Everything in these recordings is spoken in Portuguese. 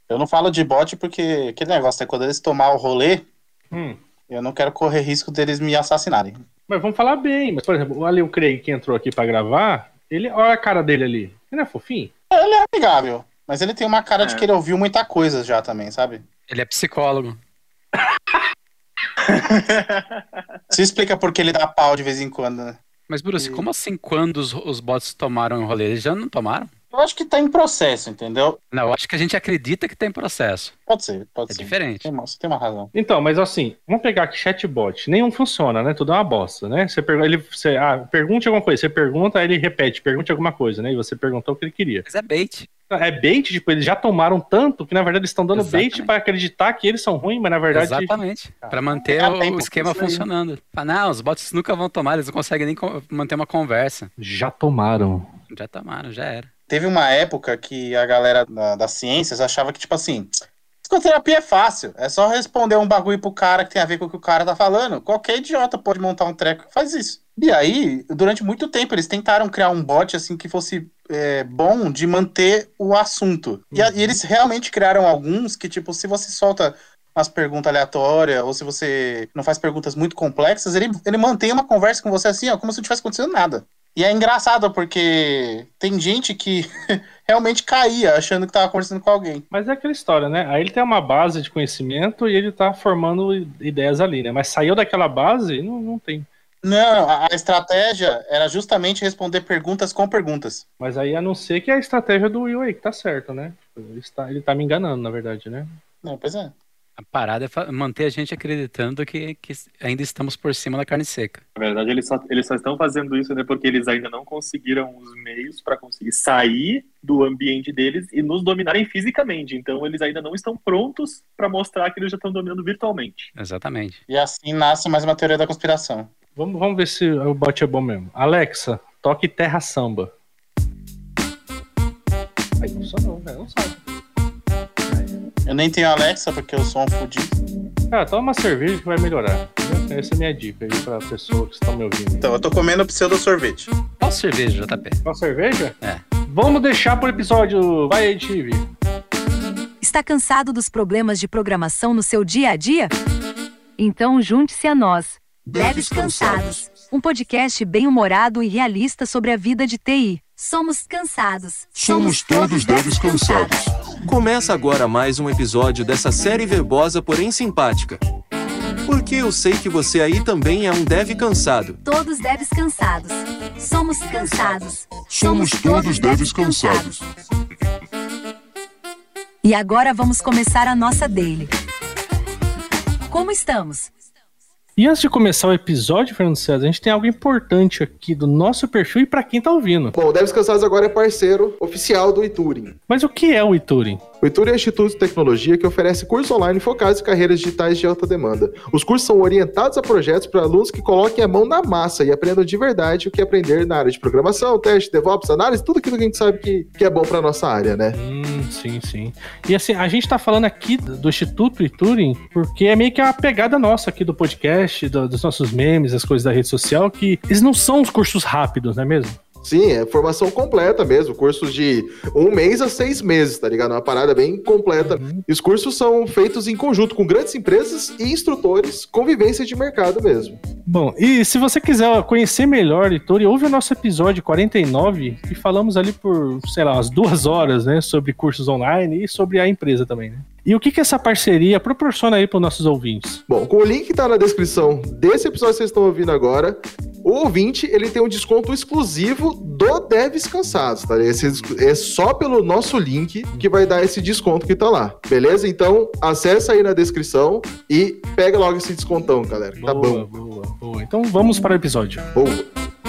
Eu não falo de bot porque aquele negócio é quando eles tomar o rolê, eu não quero correr risco deles me assassinarem. Mas vamos falar bem. Mas, por exemplo, ali o Craig que entrou aqui pra gravar, olha a cara dele ali. Ele não é fofinho? Ele é amigável, mas ele tem uma cara de que ele ouviu muita coisa já também, sabe? Ele é psicólogo. Se explica por que ele dá pau de vez em quando, né? Mas, Bruce, como assim quando os bots tomaram o rolê? Eles já não tomaram? Eu acho que tá em processo, entendeu? Não, eu acho que a gente acredita que tá em processo. Pode ser. É diferente. Você tem uma razão. Então, mas assim, vamos pegar aqui chatbot. Nenhum funciona, né? Tudo é uma bosta, né? Pergunte alguma coisa. Você pergunta, aí ele repete. Pergunte alguma coisa, né? E você perguntou o que ele queria. Mas é bait. É bait, tipo, eles já tomaram tanto que, na verdade, eles estão dando Exatamente. bait pra acreditar que eles são ruins, mas, na verdade... Exatamente. Pra manter o esquema funcionando. Não, os bots nunca vão tomar, eles não conseguem nem manter uma conversa. Já tomaram. Já tomaram, já era. Teve uma época que a galera das ciências achava que, tipo assim, psicoterapia é fácil. É só responder um bagulho pro cara que tem a ver com o que o cara tá falando. Qualquer idiota pode montar um treco que faz isso. E aí, durante muito tempo, eles tentaram criar um bot, assim, que fosse bom de manter o assunto. E eles realmente criaram alguns que, tipo, se você solta umas perguntas aleatórias, ou se você não faz perguntas muito complexas, ele mantém uma conversa com você assim, ó, como se não tivesse acontecendo nada. E é engraçado, porque tem gente que realmente caía achando que tava conversando com alguém. Mas é aquela história, né? Aí ele tem uma base de conhecimento e ele tá formando ideias ali, né? Mas saiu daquela base, não tem. Não, a estratégia era justamente responder perguntas com perguntas. Mas aí a não ser que é a estratégia do Will aí, que tá certo, né? Ele tá me enganando, na verdade, né? Não, pois é. A parada é manter a gente acreditando que ainda estamos por cima da carne seca. Na verdade, eles só estão fazendo isso, né, porque eles ainda não conseguiram os meios para conseguir sair do ambiente deles e nos dominarem fisicamente. Então, eles ainda não estão prontos para mostrar que eles já estão dominando virtualmente. Exatamente. E assim nasce mais uma teoria da conspiração. Vamos ver se o bot é bom mesmo. Alexa, toque Terra Samba. Aí funcionou, né? Não sabe. Eu nem tenho Alexa porque eu sou um fudido. Cara, toma uma cerveja que vai melhorar. Essa é a minha dica aí pra pessoa que estão me ouvindo. Então, eu tô comendo pseudo sorvete. Qual cerveja, JP? Qual cerveja? É. Vamos deixar pro episódio. Vai aí, Tive. Está cansado dos problemas de programação no seu dia a dia? Então junte-se a nós. Devs Cansados. Um podcast bem-humorado e realista sobre a vida de TI. Somos cansados. Somos todos devs cansados. Começa agora mais um episódio dessa série verbosa, porém simpática. Porque eu sei que você aí também é um dev cansado. Todos devs cansados. Somos cansados. Somos todos devs cansados. E agora vamos começar a nossa daily. Como estamos? E antes de começar o episódio, Fernando César, a gente tem algo importante aqui do nosso perfil e pra quem tá ouvindo. Bom, o Devs Cansados agora é parceiro oficial do Ituring. Mas o que é o Ituring? O Ituring é um instituto de tecnologia que oferece cursos online focados em carreiras digitais de alta demanda. Os cursos são orientados a projetos para alunos que coloquem a mão na massa e aprendam de verdade o que aprender na área de programação, teste, DevOps, análise, tudo aquilo que a gente sabe que é bom pra nossa área, né? Sim. E assim, a gente tá falando aqui do Instituto Ituring porque é meio que uma pegada nossa aqui do podcast, dos nossos memes, as coisas da rede social, que eles não são os cursos rápidos, não é mesmo? Sim, é formação completa mesmo, cursos de 1 mês a 6 meses, tá ligado? Uma parada bem completa. E os cursos são feitos em conjunto com grandes empresas e instrutores com vivência de mercado mesmo. Bom, e se você quiser conhecer melhor o Ituring, ouve o nosso episódio 49, que falamos ali por, sei lá, umas 2 horas, né, sobre cursos online e sobre a empresa também, né? E o que essa parceria proporciona aí para os nossos ouvintes? Bom, com o link que tá na descrição desse episódio que vocês estão ouvindo agora, o ouvinte, ele tem um desconto exclusivo do Devs Cansados, tá? É só pelo nosso link que vai dar esse desconto que tá lá, beleza? Então, acessa aí na descrição e pega logo esse descontão, galera, que tá bom. Boa. Então, vamos para o episódio. Boa.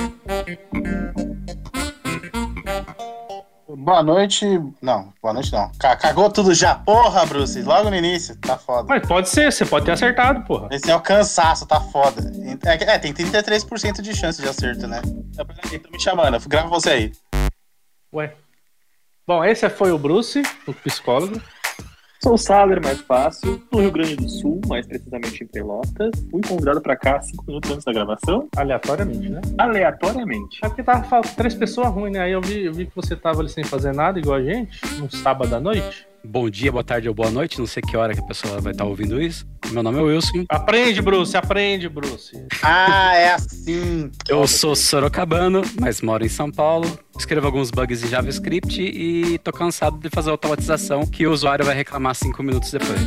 Boa noite não. Cagou tudo já, porra, Bruce. Logo no início, tá foda. Mas pode ser, você pode ter acertado, porra. Esse é o cansaço, tá foda. Tem 33% de chance de acerto, né? Peraí, tô me chamando, grava você aí. Ué. Bom, esse foi o Bruce, o psicólogo. Sou o Saler, mais fácil, do Rio Grande do Sul, mais precisamente em Pelotas. Fui convidado pra cá 5 minutos antes da gravação. Aleatoriamente, né? Aleatoriamente. É porque tava 3 pessoas ruins, né? Aí eu vi que você tava ali sem fazer nada, igual a gente, num sábado à noite. bom dia, boa tarde ou boa noite, não sei que hora que a pessoa vai estar ouvindo isso. Meu nome é Wilson. Aprende, Bruce, aprende, Bruce. Ah, é assim. Eu sou sorocabano, mas moro em São Paulo. Escrevo alguns bugs em JavaScript e tô cansado de fazer automatização que o usuário vai reclamar 5 minutos depois.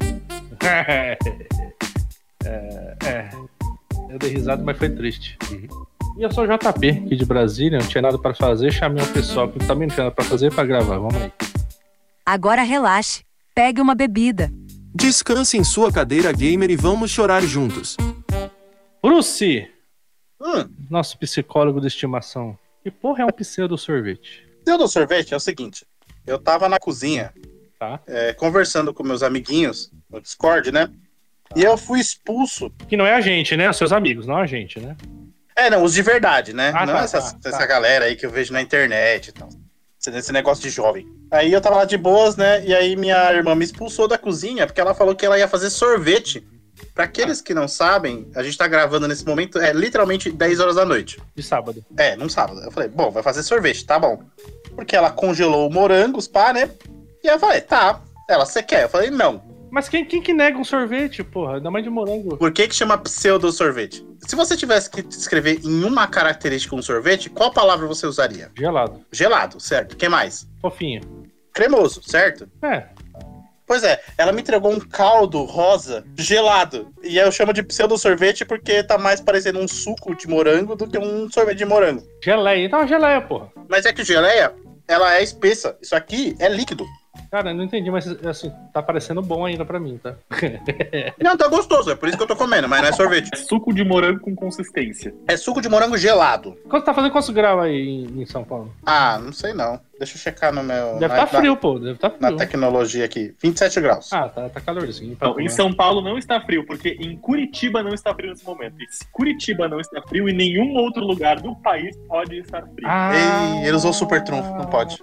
Eu dei risada, mas foi triste. E eu sou o JP, aqui de Brasília, não tinha nada pra fazer, chamei um pessoal que também não tinha nada pra fazer pra gravar, vamos aí. Agora relaxe, pegue uma bebida. Descanse em sua cadeira gamer e vamos chorar juntos. Bruce, nosso psicólogo de estimação, que porra é um pseudo-sorvete? Pseudo-sorvete é o seguinte, eu tava na cozinha, Tá. Conversando com meus amiguinhos no Discord, né? E eu fui expulso. Que não é a gente, né? Os seus amigos, não a gente, né? Não, os de verdade, né? Ah, não tá, essa galera aí que eu vejo na internet e tal. Esse negócio de jovem. Aí eu tava lá de boas, né? E aí minha irmã me expulsou da cozinha porque ela falou que ela ia fazer sorvete. Pra aqueles que não sabem, a gente tá gravando nesse momento, literalmente 10 horas da noite. De sábado. Num sábado. Eu falei, bom, vai fazer sorvete, tá bom. Porque ela congelou morangos, pá, né? E aí eu falei, tá. Ela, você quer? Eu falei, não. Mas quem que nega um sorvete, porra? Ainda mais de morango. Por que chama pseudo-sorvete? Se você tivesse que descrever em uma característica um sorvete, qual palavra você usaria? Gelado. Gelado, certo. O que mais? Fofinho. Cremoso, certo? Pois é, ela me entregou um caldo rosa gelado. E eu chamo de pseudo-sorvete porque tá mais parecendo um suco de morango do que um sorvete de morango. Geleia. Então, geleia, porra. Mas é que geleia, ela é espessa. Isso aqui é líquido. Cara, eu não entendi, mas assim, tá parecendo bom ainda pra mim, tá? Não, tá gostoso, é por isso que eu tô comendo, mas não é sorvete. É suco de morango com consistência. É suco de morango gelado. Quanto tá fazendo quantos graus aí em São Paulo? Ah, não sei não. Deixa eu checar no meu... Deve tá frio, pô. Deve tá frio. Na tecnologia aqui. 27 graus. Ah, tá calorzinho. Então, em São Paulo não está frio, porque em Curitiba não está frio nesse momento. E se Curitiba não está frio, em nenhum outro lugar do país pode estar frio. Ei, ele usou o super trunfo, não pode.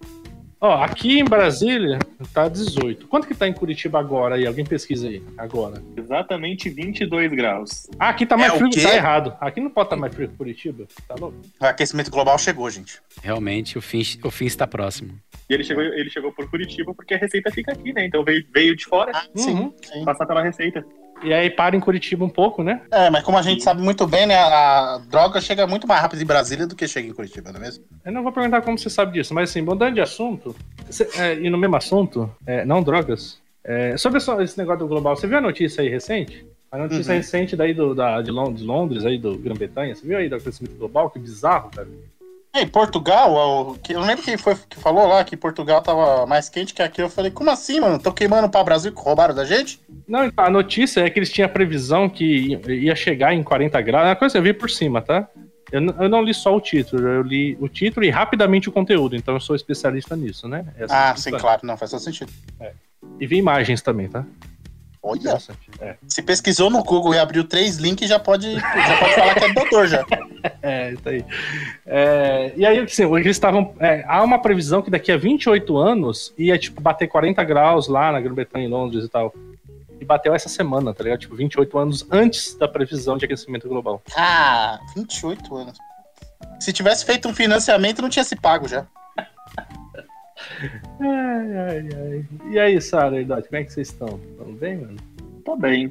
Ó, aqui em Brasília tá 18. Quanto que tá em Curitiba agora aí? Alguém pesquisa aí, agora. Exatamente 22 graus. Ah, aqui tá mais frio, quê? tá errado. Aqui não pode estar mais frio que Curitiba, tá louco? O aquecimento global chegou, gente. Realmente, o fim está próximo. E ele chegou por Curitiba porque a receita fica aqui, né? Então veio de fora, Sim. passar pela receita. E aí para em Curitiba um pouco, né? Mas como a gente sabe muito bem, né? A droga chega muito mais rápido em Brasília do que chega em Curitiba, não é mesmo? Eu não vou perguntar como você sabe disso, mas assim, mudando de assunto, e no mesmo assunto, não drogas, sobre esse negócio do global, você viu a notícia aí recente? A notícia recente daí de Londres, aí do Grã-Bretanha, você viu aí do aquecimento global? Que bizarro, cara. Portugal, eu não lembro quem foi que falou lá que Portugal tava mais quente que aqui. Eu falei, como assim, mano? Tô queimando para o Brasil que roubaram da gente? Não, então, a notícia é que eles tinham a previsão que ia chegar em 40 graus. É uma coisa que eu vi por cima, tá? Eu não li só o título, eu li o título e rapidamente o conteúdo, então eu sou especialista nisso, né? Sim, claro, não, faz todo sentido. E vi imagens também, tá? Olha, se pesquisou no Google e abriu 3 links, já pode falar que é doutor já. Isso aí. E aí, assim, eles estavam... há uma previsão que daqui a 28 anos ia, tipo, bater 40 graus lá na Grã-Bretanha, em Londres e tal. E bateu essa semana, tá ligado? Tipo, 28 anos antes da previsão de aquecimento global. 28 anos. Se tivesse feito um financiamento, não tinha se pago já. Ai. E aí, Sara e Dot, como é que vocês estão? Estão bem, mano? Tá bem.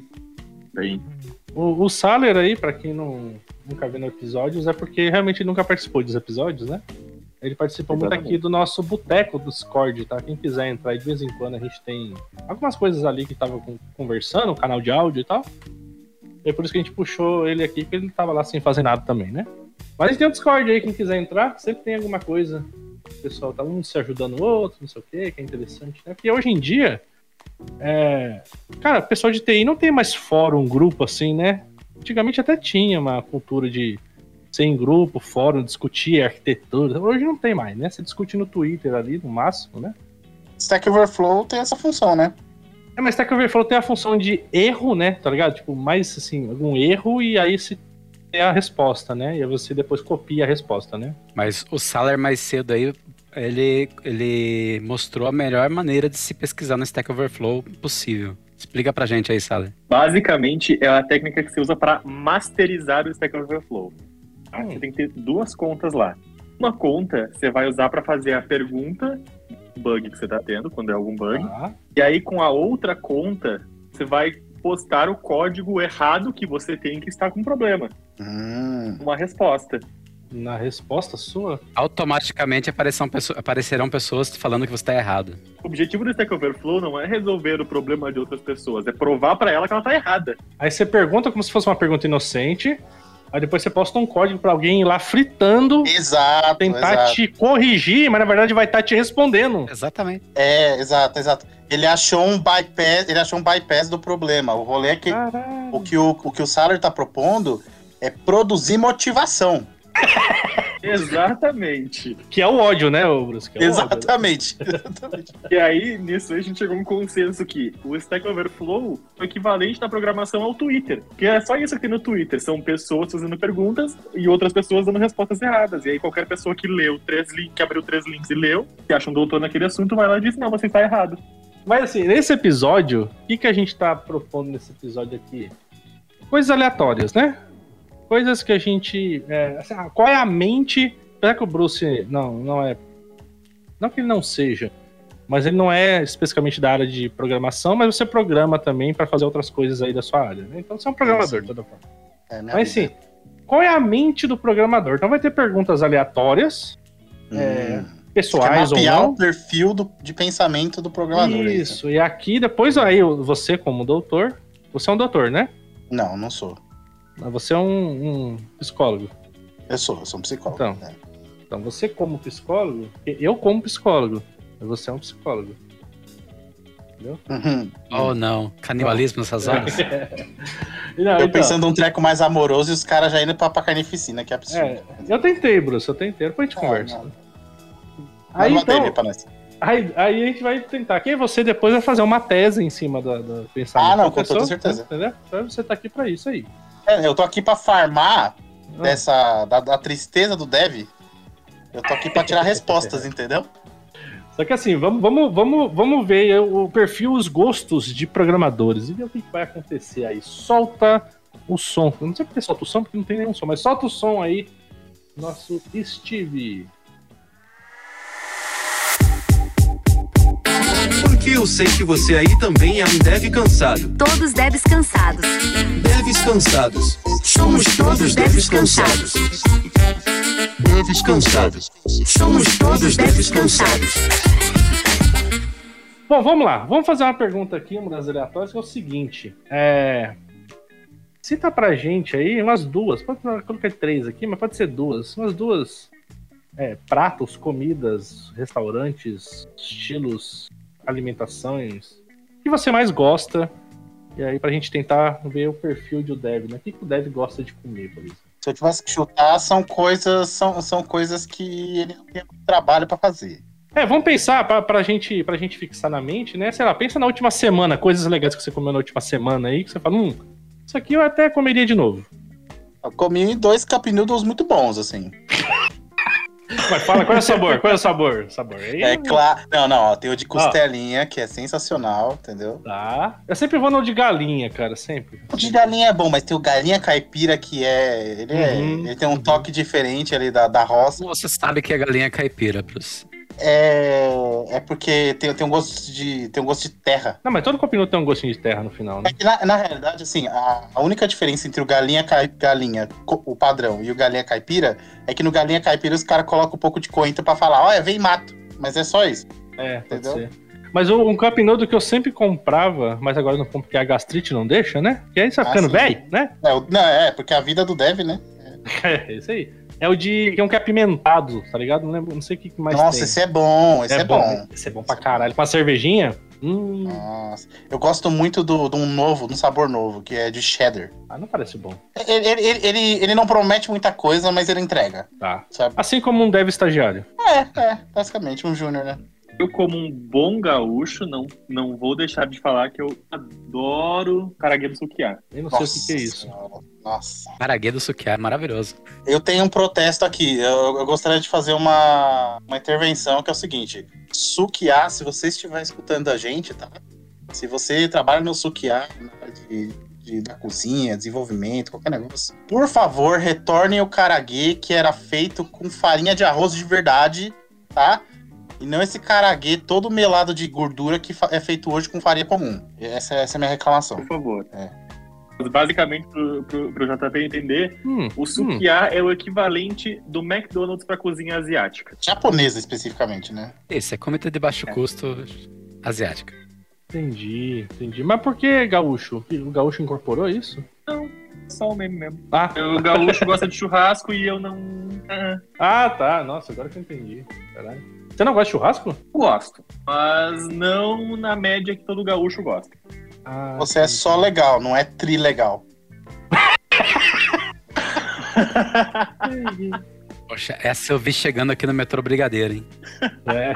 O Saler aí, pra quem nunca viu no episódios, é porque realmente nunca participou dos episódios, né? Ele participou muito aqui do nosso boteco do Discord, tá? Quem quiser entrar aí, de vez em quando a gente tem algumas coisas ali que tava conversando, um canal de áudio e tal. E é por isso que a gente puxou ele aqui, porque ele tava lá sem fazer nada também, né? Mas a gente tem um Discord aí, quem quiser entrar, sempre tem alguma coisa. O pessoal tá um se ajudando o outro, não sei o que é interessante, né? Porque hoje em dia, cara, o pessoal de TI não tem mais fórum, grupo assim, né? Antigamente até tinha uma cultura de ser em grupo, fórum, discutir arquitetura. Hoje não tem mais, né? Você discute no Twitter ali, no máximo, né? Stack Overflow tem essa função, né? Mas Stack Overflow tem a função de erro, né? Tá ligado? Tipo, mais assim, algum erro e aí se tem a resposta, né? E aí você depois copia a resposta, né? Mas o Saler mais cedo aí, ele mostrou a melhor maneira de se pesquisar no Stack Overflow possível. Explica pra gente aí, Saler. Basicamente, é a técnica que você usa para masterizar o Stack Overflow. Você tem que ter 2 contas lá. Uma conta você vai usar para fazer a pergunta bug que você tá tendo, quando é algum bug. Tá. E aí, com a outra conta, você vai postar o código errado que você tem que está com problema. Uma resposta. Na resposta sua? Automaticamente aparecerão pessoas falando que você tá errado. O objetivo do Stack Overflow não é resolver o problema de outras pessoas, é provar pra ela que ela tá errada. Aí você pergunta como se fosse uma pergunta inocente, aí depois você posta um código pra alguém ir lá fritando, Exato, tentar exato. te corrigir, mas na verdade vai estar te respondendo. Exatamente. Exato. Ele achou um bypass do problema. O rolê é que Caralho. o que o Saller tá propondo é produzir motivação. Exatamente. Que é o ódio, né, Bruce? Que é o ódio, né? Exatamente. E aí, nisso aí, a gente chegou a um consenso que o Stack Overflow é o equivalente da programação ao Twitter. Que é só isso que tem no Twitter. São pessoas fazendo perguntas e outras pessoas dando respostas erradas. E aí qualquer pessoa que abriu 3 links e leu, que acha um doutor naquele assunto, vai lá e diz, não, você está errado. Mas assim, nesse episódio, o que a gente tá propondo nesse episódio aqui? Coisas aleatórias, né? Coisas que a gente... qual é a mente... Apesar que o Bruce não é... Não que ele não seja, mas ele não é especificamente da área de programação, mas você programa também para fazer outras coisas aí da sua área, né? Então você é um programador, de toda forma. Mas sim, qual é a mente do programador? Então vai ter perguntas aleatórias, pessoais ou mapear não. o perfil de pensamento do programador. Isso, e aqui depois aí você como doutor, você é um doutor, né? Não sou. Mas você é um psicólogo. Eu sou um psicólogo. Então você como psicólogo, eu como psicólogo, mas você é um psicólogo. Entendeu? Oh, não. Canibalismo nessas horas. Não, eu pensando num treco mais amoroso e os caras já indo pra carnificina, que é absurdo. Eu tentei, Bruce, depois a gente conversa. Não. Aí, então, pra nós. aí a gente vai tentar. Quem você depois vai fazer uma tese em cima do pensamento da com pessoa, toda certeza. Entendeu? Então você tá aqui pra isso aí. Eu tô aqui pra farmar da tristeza do dev. Eu tô aqui pra tirar respostas, entendeu? Só que assim, vamos ver o perfil, os gostos de programadores e ver o que vai acontecer aí. Solta o som. Eu não sei porque solta o som, porque não tem nenhum som, mas solta o som aí, nosso Steve. Porque eu sei que você aí também é um dev cansado. Todos devs cansados. Devs cansados. Somos todos devs cansados. Devs cansados. Somos todos devs cansados. Bom, vamos lá. Vamos fazer uma pergunta aqui, uma das aleatórias, que é o seguinte. Cita pra gente aí umas duas, pode colocar 3 aqui, mas pode ser duas. Umas duas pratos, comidas, restaurantes, estilos, alimentações que você mais gosta. E aí pra gente tentar ver o perfil de um dev, né? O que o dev gosta de comer, por exemplo? Se eu tivesse que chutar, são coisas que ele não tem muito trabalho pra fazer. Vamos pensar pra gente fixar na mente, né? Sei lá, pensa na última semana, coisas legais que você comeu na última semana aí, que você fala, isso aqui eu até comeria de novo. Eu comi 2 cup noodles muito bons, assim. Mas fala, qual é o sabor? Aí, claro. Não, tem o de costelinha, que é sensacional, entendeu? Tá. Eu sempre vou no de galinha, cara, sempre. O de galinha é bom, mas tem o galinha caipira, que ele tem um toque diferente ali da roça. Você sabe que é galinha caipira, Bruce. É porque tem um gosto de terra. Não, mas todo copinho tem um gostinho de terra no final, né? É que na realidade, assim, a única diferença entre o galinha, o padrão, e o galinha caipira é que no galinha caipira os caras colocam um pouco de coentro pra falar, olha, vem mato. Mas é só isso. Pode entendeu? ser. Mas um cup noodle que eu sempre comprava, mas agora não compro porque a gastrite não deixa, né? Que aí você vai ficando velho, né? Porque a vida do dev, né? É isso aí. É o que é um que é apimentado, tá ligado? Não sei o que mais tem. Nossa, esse é bom, esse é bom. Esse é bom pra caralho. Com uma cervejinha? Nossa. Eu gosto muito de um sabor novo, que é de cheddar. Não parece bom. Ele não promete muita coisa, mas ele entrega. Tá. Sabe? Assim como um dev estagiário. Basicamente, um júnior, né? Eu, como um bom gaúcho, não vou deixar de falar que eu adoro caraguê do suquiá. Eu não sei o que é isso. Nossa. Caraguê do suquiá é maravilhoso. Eu tenho um protesto aqui. Eu gostaria de fazer uma intervenção, que é o seguinte. Suquiá, se você estiver escutando a gente, tá? Se você trabalha no suquiá, na área da cozinha, desenvolvimento, qualquer negócio, por favor, retornem o caraguê que era feito com farinha de arroz de verdade, tá? E não esse caraguê todo melado de gordura que é feito hoje com farinha comum. Essa é a minha reclamação. Por favor. É. Basicamente, pro JP entender, o sukiá é o equivalente do McDonald's pra cozinha asiática. Japonesa, especificamente, né? Isso, é comida de baixo custo asiática. Entendi. Mas por que gaúcho? O gaúcho incorporou isso? Não, só o meme mesmo. Ah, O gaúcho gosta de churrasco e eu não... tá. Nossa, agora que eu entendi. Caralho. Você não gosta de churrasco? Gosto, mas não na média que todo gaúcho gosta. Você é só legal, não é trilegal. Poxa, essa eu vi chegando aqui no metrô Brigadeiro, hein? É.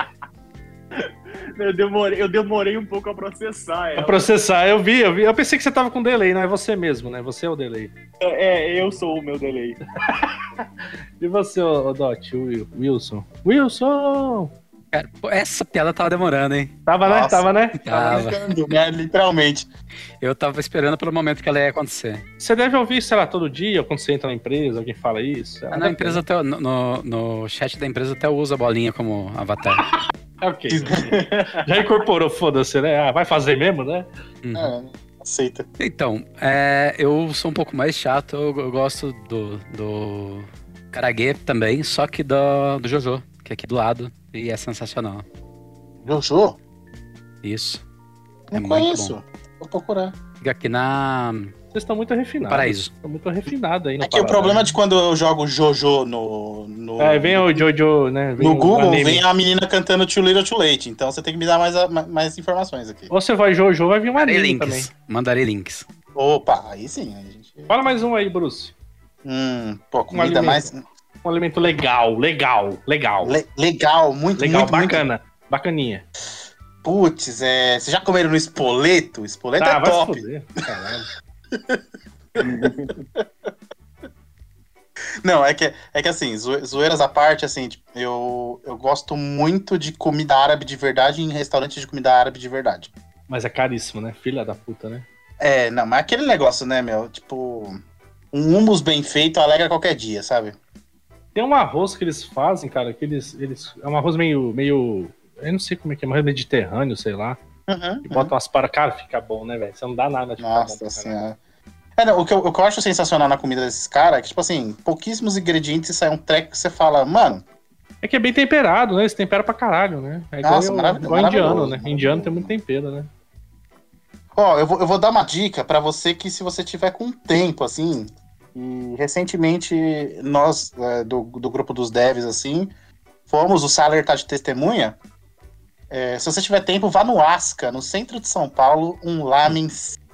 Eu demorei um pouco a processar. A processar, eu vi. Eu pensei que você tava com delay, não é você mesmo, né? Você é o delay. Eu sou o meu delay. E você, o Dot, o Wilson? Wilson! Cara, pô, essa piada tava demorando, hein? Tava, né? Tava, né? Tava. Literalmente. Eu tava esperando pelo momento que ela ia acontecer. Você deve ouvir, sei lá, todo dia, quando você entra na empresa, alguém fala isso. Na empresa, até, no chat da empresa, até usa a bolinha como avatar. Ok. Já incorporou, foda-se, né? Vai fazer mesmo, né? Aceita. Então, eu sou um pouco mais chato, eu gosto do caraguê também, só que do Jojo, que é aqui do lado, e é sensacional. Jojo? Isso. Não muito conheço. bom. Vou procurar. Fica aqui na Vocês estão muito refinados. Paraíso. Estão muito refinados aí no É que o problema de quando eu jogo Jojo no vem o Jojo, né? no Google, vem a menina cantando Too Little Too Late. Então você tem que me dar mais informações aqui. Ou você vai Jojo, vai vir um anime também. Mandarei links. Opa, aí sim. A gente... Fala mais um aí, Bruce. Comida alimento. mais... Um alimento legal. Legal, muito Legal, muito, bacana. Muito... Bacaninha. Putz, vocês já comeram no espoleto? Espoleto é vai top. se foder. Caralho. Não, é que assim, zoeiras à parte, assim, tipo, eu gosto muito de comida árabe de verdade em restaurantes de comida árabe de verdade. Mas é caríssimo, né? Filha da puta, né? Não, mas aquele negócio, né, meu? Tipo, um hummus bem feito alegra qualquer dia, sabe? Tem um arroz que eles fazem, cara, que eles é um arroz meio... Eu não sei como é que é, mais mediterrâneo, sei lá. E botam umas para... Cara, fica bom, né, velho? Você não dá nada de Nossa senhora. O que eu acho sensacional na comida desses caras é que, tipo assim, pouquíssimos ingredientes e sai um treco que você fala, mano... É que é bem temperado, né? Eles temperam pra caralho, né? É igual, igual indiano, né? Indiano tem muito tempero, né? Ó, eu vou dar uma dica pra você que se você tiver com tempo, assim... E recentemente nós, do grupo dos devs, assim, fomos, o Saler tá de testemunha. Se você tiver tempo, vá no Asca, no centro de São Paulo, um lamen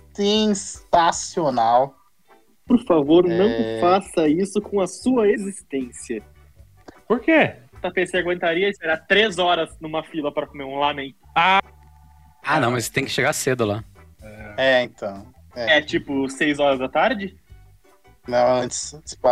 sensacional. Por favor, não faça isso com a sua existência. Por quê? Você aguentaria esperar 3 horas numa fila para comer um lamen? Não, mas tem que chegar cedo lá. Então. Tipo 6 horas da tarde? Não, antes.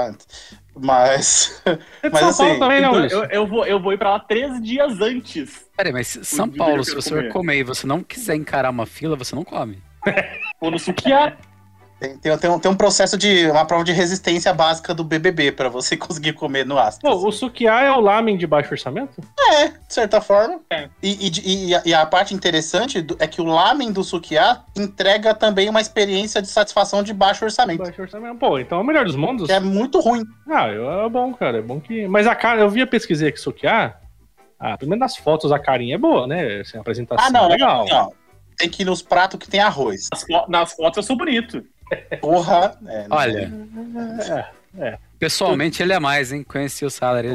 Mas. Mas São assim. Paulo também, não, eu vou ir pra lá 3 dias antes. Peraí, mas São Paulo, se você for comer e você não quiser encarar uma fila, você não come. Ou no sukiá. Tem um processo de uma prova de resistência básica do BBB pra você conseguir comer no Asca. O sukiá é o lamen de baixo orçamento? De certa forma. E a parte interessante é que o lamen do sukiá entrega também uma experiência de satisfação de baixo orçamento. Baixo orçamento. Pô, então é o melhor dos mundos? Que é muito ruim. É bom, cara. É bom que... Mas a cara, eu pesquisei aqui sukiá. Pelo menos nas fotos a carinha é boa, né? Assim, a apresentação é legal. Não. Tem que ir nos pratos que tem arroz. Nas fotos eu sou bonito. Porra. Olha. Pessoalmente ele é mais, hein? Conheci o Saler.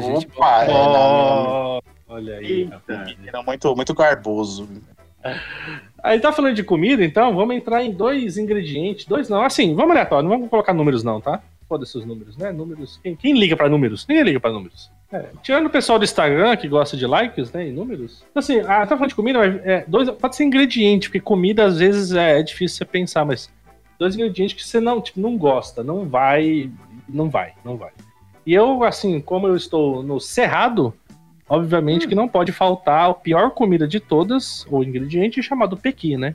Olha aí. Muito, muito garboso. Aí tá falando de comida, então vamos entrar em 2 ingredientes. 2 não, assim, vamos aleatório, não vamos colocar números não, tá? Foda-se os números, né? Números. Quem liga pra números? Ninguém liga pra números. Tirando o pessoal do Instagram que gosta de likes, né? E números. Assim, tá falando de comida, mas pode ser ingrediente, porque comida às vezes é difícil você pensar, mas 2 ingredientes que você não gosta, não vai. E eu, assim, como eu estou no Cerrado, obviamente que não pode faltar a pior comida de todas, o ingrediente chamado pequi, né?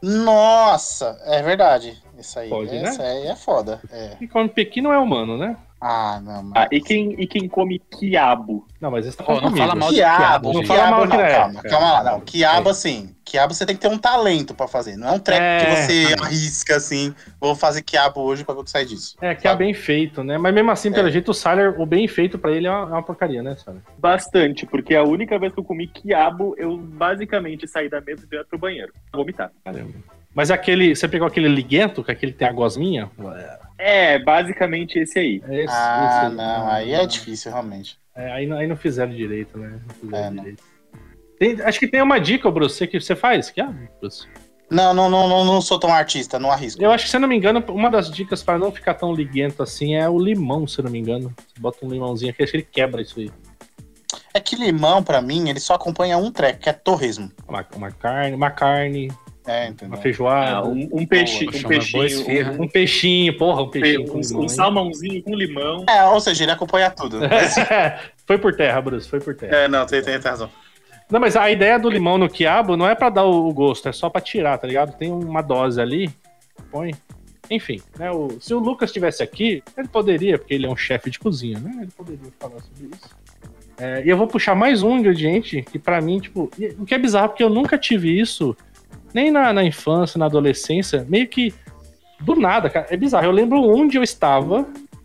Nossa, é verdade. Isso aí, Pode, né? Isso aí é foda. E come pequi não é humano, né? Ah, não, mas... Ah, e quem come quiabo? Não, mas esse tá Pô, falando não comigo. fala mal de Quiabo, quiabo, Não gente. fala mal quiabo que não, é. calma lá, não. Quiabo, assim, quiabo você tem que ter um talento pra fazer. Não é um treco que você arrisca, assim, vou fazer quiabo hoje pra ver o que sai disso. Que é sabe? bem feito, né? Mas mesmo assim, pelo jeito, o Saller, o bem feito pra ele é uma porcaria, né, Saller? Bastante, porque a única vez que eu comi quiabo, eu basicamente saí da mesa e fui pro banheiro. Vomitar. Caramba. Mas você pegou aquele liguento, que aquele tem a gosminha? É, basicamente esse aí. Esse Ah, não, aí é difícil, realmente. Aí não fizeram direito, né? Não fizeram não. direito. Acho que tem uma dica, Bruce, que você faz, Bruce. Não sou tão artista, não arrisco. Eu acho que, se eu não me engano, uma das dicas para não ficar tão liguento assim é o limão, se eu não me engano. Você bota um limãozinho aqui, acho que ele quebra isso aí. É que limão, pra mim, ele só acompanha um treco, que é torresmo. Uma carne, Entendeu? uma feijoada. Um peixinho. Um peixinho com limão. Um salmãozinho com limão. Ou seja, ele acompanha tudo. Mas... Foi por terra, Bruce, foi por terra. não, tem razão. Não, mas a ideia do limão no quiabo não é pra dar o gosto, é só pra tirar, tá ligado? Tem uma dose ali, põe. Enfim, né? Se o Lucas estivesse aqui, ele poderia, porque ele é um chefe de cozinha, né? Ele poderia falar sobre isso. E eu vou puxar mais um ingrediente que pra mim, tipo, o que é bizarro, porque eu nunca tive isso, nem na infância, na adolescência, meio que do nada, cara. É bizarro. Eu lembro onde eu estava.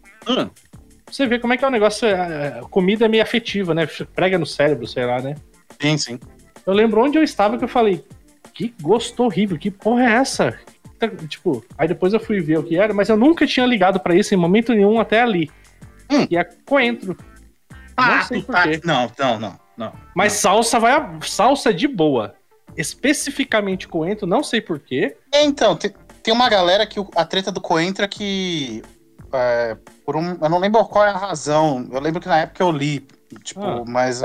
Você vê como é que é o negócio. Comida é meio afetiva, né? Prega no cérebro, sei lá, né? Sim. Eu lembro onde eu estava que eu falei, que gosto horrível, que porra é essa? Tipo, aí depois eu fui ver o que era, mas eu nunca tinha ligado pra isso em momento nenhum até ali. E é coentro. Não sei por quê. Não. Mas salsa de boa. Especificamente coentro, não sei por quê. Então, tem uma galera que a treta do coentro é que... eu não lembro qual é a razão. Eu lembro que na época eu li, mas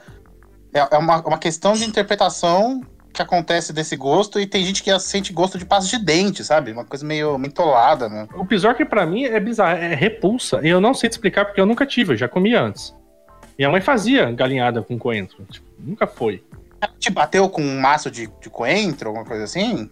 é uma questão de interpretação que acontece desse gosto, e tem gente que sente gosto de pasta de dente, sabe? Uma coisa meio mentolada, né? O pior que pra mim é bizarro, é repulsa. E eu não sei te explicar porque eu nunca tive, eu já comi antes. Minha mãe fazia galinhada com coentro, tipo, nunca foi. Te bateu com um maço de coentro, alguma coisa assim?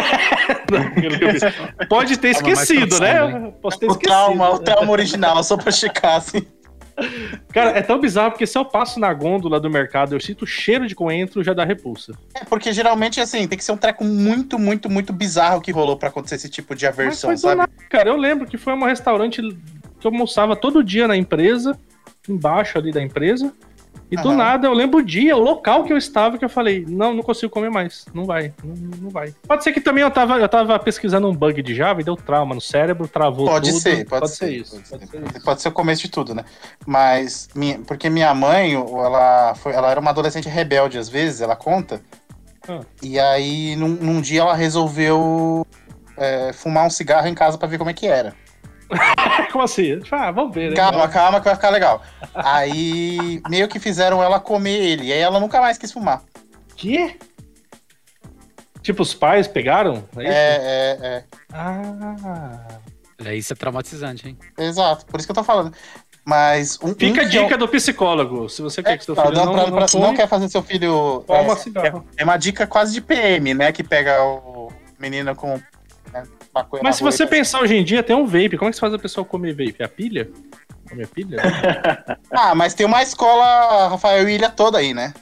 Pode ter esquecido, né? Posso ter esquecido. O trauma original, só pra checar, assim. Cara, é tão bizarro porque se eu passo na gôndola do mercado, eu sinto o cheiro de coentro, já dá repulsa. Porque geralmente, assim, tem que ser um treco muito, muito, muito bizarro que rolou pra acontecer esse tipo de aversão, sabe? Nada, cara, eu lembro que foi um restaurante que eu almoçava todo dia na empresa, embaixo ali da empresa, e do nada eu lembro o dia, o local que eu estava, que eu falei, não consigo comer mais, não vai. Pode ser que também eu tava pesquisando um bug de Java e deu trauma no cérebro, travou tudo. Pode ser isso. Pode ser o começo de tudo, né? Mas, porque minha mãe, ela era uma adolescente rebelde às vezes, ela conta, e aí num dia ela resolveu fumar um cigarro em casa pra ver como é que era. Como assim? Vamos ver, né? Calma que vai ficar legal. Aí meio que fizeram ela comer ele, e aí ela nunca mais quis fumar. Quê? Tipo, os pais pegaram? É. Isso é traumatizante, hein? Exato, por isso que eu tô falando. Mas fica a dica do psicólogo. Se você quer que seu filho não quer fazer seu filho... Toma cigarro. É uma dica quase de PM, né? Que pega o menino com... Mas se você pensar hoje em dia, tem um vape. Como é que você faz a pessoa comer vape? A pilha? Comer a pilha? Mas tem uma escola Rafael Ilha toda aí, né?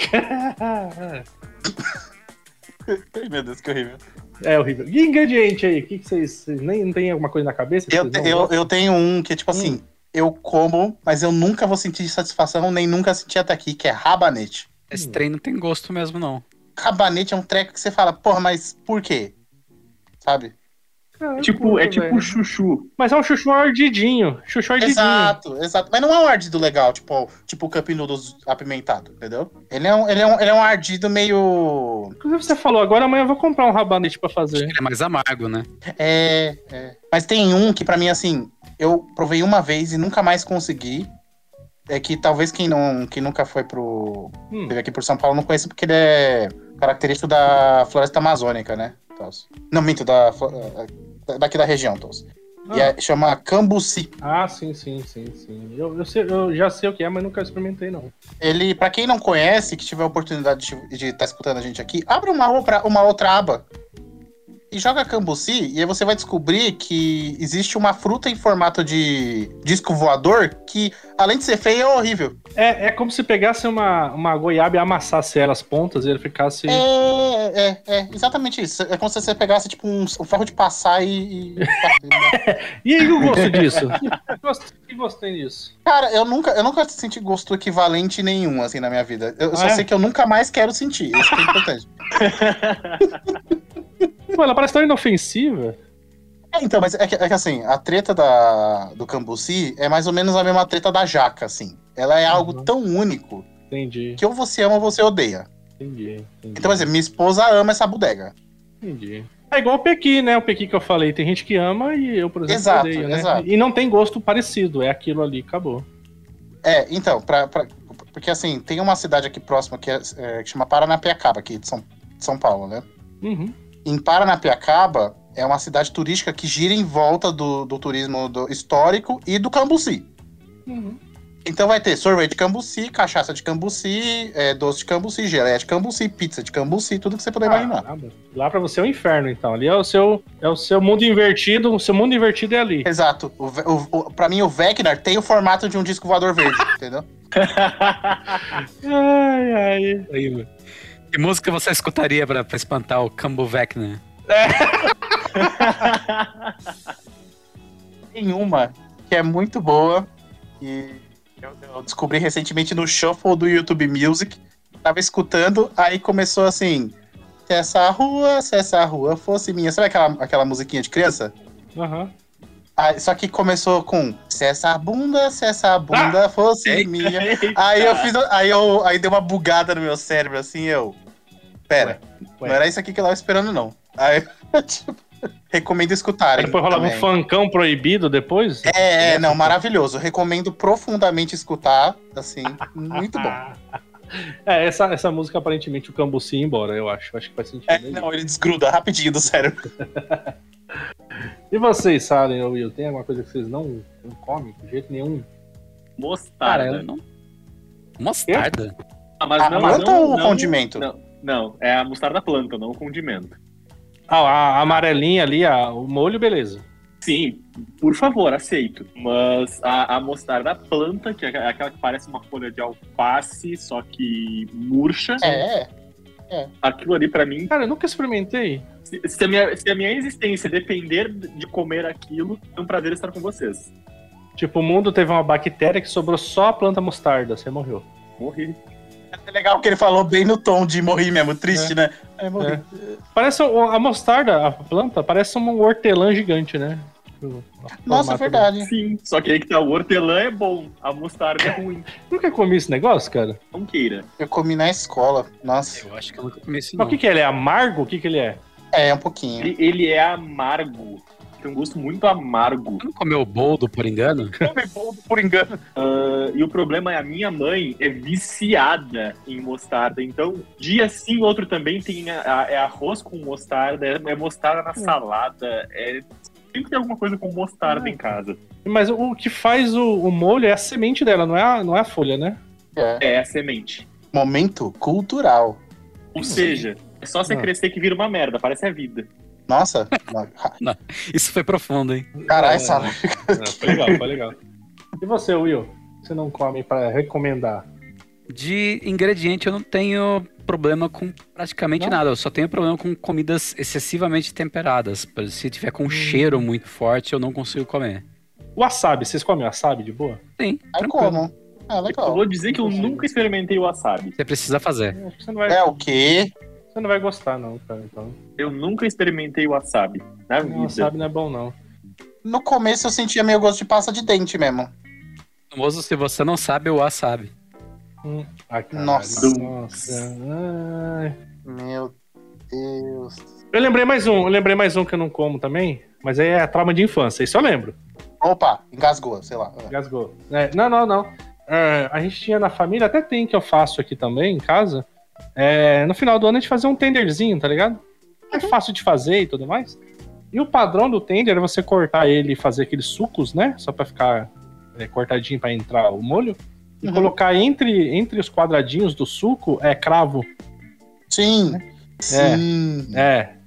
Meu Deus, que horrível. É horrível. E ingrediente aí? O que vocês nem tem alguma coisa na cabeça? Eu tenho um que é tipo assim, eu como, mas eu nunca vou sentir satisfação, nem nunca senti até aqui, que é rabanete. Esse trem não tem gosto mesmo, não. Rabanete é um treco que você fala, porra, mas por quê? Sabe? É tipo chuchu. Mas é um chuchu ardidinho. Exato. Mas não é um ardido legal, tipo o Cup Noodles apimentado, entendeu? Ele é um ardido meio... Inclusive você falou, agora amanhã eu vou comprar um rabanete pra fazer. Ele é mais amargo, né? É. Mas tem um que pra mim, assim, eu provei uma vez e nunca mais consegui. É que talvez quem nunca foi teve aqui por São Paulo não conheça, porque ele é característico da floresta amazônica, né? Não, minto, daqui da região, Tos. E chama cambuci. Sim. Eu já sei o que é, mas nunca experimentei, não. Ele, pra quem não conhece, que tiver a oportunidade de estar escutando a gente aqui, abre uma outra aba. E joga cambuci, e aí você vai descobrir que existe uma fruta em formato de disco voador que, além de ser feia, é horrível. É como se pegasse uma goiaba e amassasse ela as pontas e ele ficasse... Exatamente isso. É como se você pegasse, tipo, um ferro de passar e... E aí o gosto disso? Que gostei disso? Cara, eu nunca senti gosto equivalente nenhum, assim, na minha vida. Eu só sei que eu nunca mais quero sentir. Isso que é importante. Pô, ela parece tão inofensiva. Então, mas é que assim, a treta do cambuci é mais ou menos a mesma treta da jaca, assim. Ela é algo tão único Entendi. que ou você ama ou você odeia. Entendi. Então, por exemplo, minha esposa ama essa bodega. Entendi. É igual o pequi, né? O pequi que eu falei. Tem gente que ama e eu, por exemplo, Exato, odeio, né? exato. E não tem gosto parecido. É aquilo ali, acabou. Então, porque assim, tem uma cidade aqui próxima que chama Paranapiacaba, aqui de São Paulo, né? Uhum. Em Paranapiacaba é uma cidade turística que gira em volta do turismo histórico e do cambuci. Uhum. Então vai ter sorvete de cambuci, cachaça de cambuci, doce de cambuci, geleia de cambuci, pizza de cambuci, tudo que você puder imaginar. Lá pra você é o inferno, então. Ali é o seu mundo invertido. O seu mundo invertido é ali. Exato. Pra mim, o Vecnar tem o formato de um disco voador verde, entendeu? Ai. Aí, mano. Que música você escutaria pra espantar o Cambo Vecna? Tem uma que é muito boa e eu descobri recentemente no Shuffle do YouTube Music. Tava escutando, aí começou assim: se essa rua fosse minha. Sabe aquela musiquinha de criança? Aham. Só que começou com se essa bunda fosse minha. Aí eu fiz. Aí deu uma bugada no meu cérebro, assim, Pera, Ué. não era isso aqui que eu tava esperando, não. Aí, tipo, recomendo escutarem. Depois rolava um também. funkão proibido depois? Não, maravilhoso. Recomendo profundamente escutar, assim, muito bom. Essa música, aparentemente, o Cambuci ia embora, eu acho. Acho que faz sentido. Não, ele desgruda rapidinho do cérebro. E vocês, Salen ou Will, tem alguma coisa que vocês não comem de jeito nenhum? Mostarda. Cara, eu não... Mostarda? Mas A planta ou o condimento? Não, é a mostarda planta, não o condimento. A amarelinha ali, o molho, beleza. Sim, por favor, aceito. Mas a mostarda planta, que é aquela que parece uma folha de alface, só que murcha, aquilo ali pra mim... Cara, eu nunca experimentei. Se a minha existência depender de comer aquilo, é um prazer estar com vocês. Tipo, o mundo teve uma bactéria que sobrou só a planta mostarda, você morreu. Morri. É legal que ele falou bem no tom de morrer mesmo, triste, né? Morri. Parece a mostarda, a planta, parece um hortelã gigante, né? Nossa, é verdade. Sim, só que aí que tá, o hortelã é bom, a mostarda é ruim. Nunca comi esse negócio, cara? Não queira. Eu comi na escola, nossa. Eu acho que eu nunca comi isso, Mas não. o que é? Ele é amargo? O que ele é? É, um pouquinho. Ele é amargo. Tem um gosto muito amargo. Você não comeu o boldo, por engano? Por engano. E o problema é a minha mãe é viciada em mostarda. Então, dia sim, outro também tem arroz com mostarda, é mostarda na salada. Sempre tem alguma coisa com mostarda em casa. Mas o que faz o molho é a semente dela, não é a folha, né? É a semente. Momento cultural. Ou seja, é só você crescer que vira uma merda, parece a vida. Nossa. Não, isso foi profundo, hein? Caralho, sabe? Foi legal. E você, Will? Você não come pra recomendar? De ingrediente eu não tenho problema com praticamente nada. Eu só tenho problema com comidas excessivamente temperadas. Se tiver com cheiro muito forte, eu não consigo comer. O wasabi, vocês comem wasabi de boa? Sim, Aí tranquilo. como? Eu Legal. vou dizer que eu nunca experimentei o wasabi. Você precisa fazer. Acho que você não vai, É o quê? você não vai gostar, não, cara. Então, Eu nunca experimentei o wasabi na vida. wasabi não é bom, não. No começo eu sentia meio gosto de pasta de dente mesmo. Famoso, se você não sabe, o wasabi. Ai, caralho. Nossa. Ai. Meu Deus. Eu lembrei mais um que eu não como também, mas aí é trauma de infância, isso eu lembro. Opa, engasgou, sei lá. Gasgou. Não. A gente tinha na família, até tem que eu faço aqui também, em casa. No final do ano a gente fazia um tenderzinho, tá ligado? É fácil de fazer e tudo mais. E o padrão do tender é você cortar ele e fazer aqueles sucos, né? Só pra ficar cortadinho pra entrar o molho. E colocar entre os quadradinhos do suco cravo. Sim. Sim.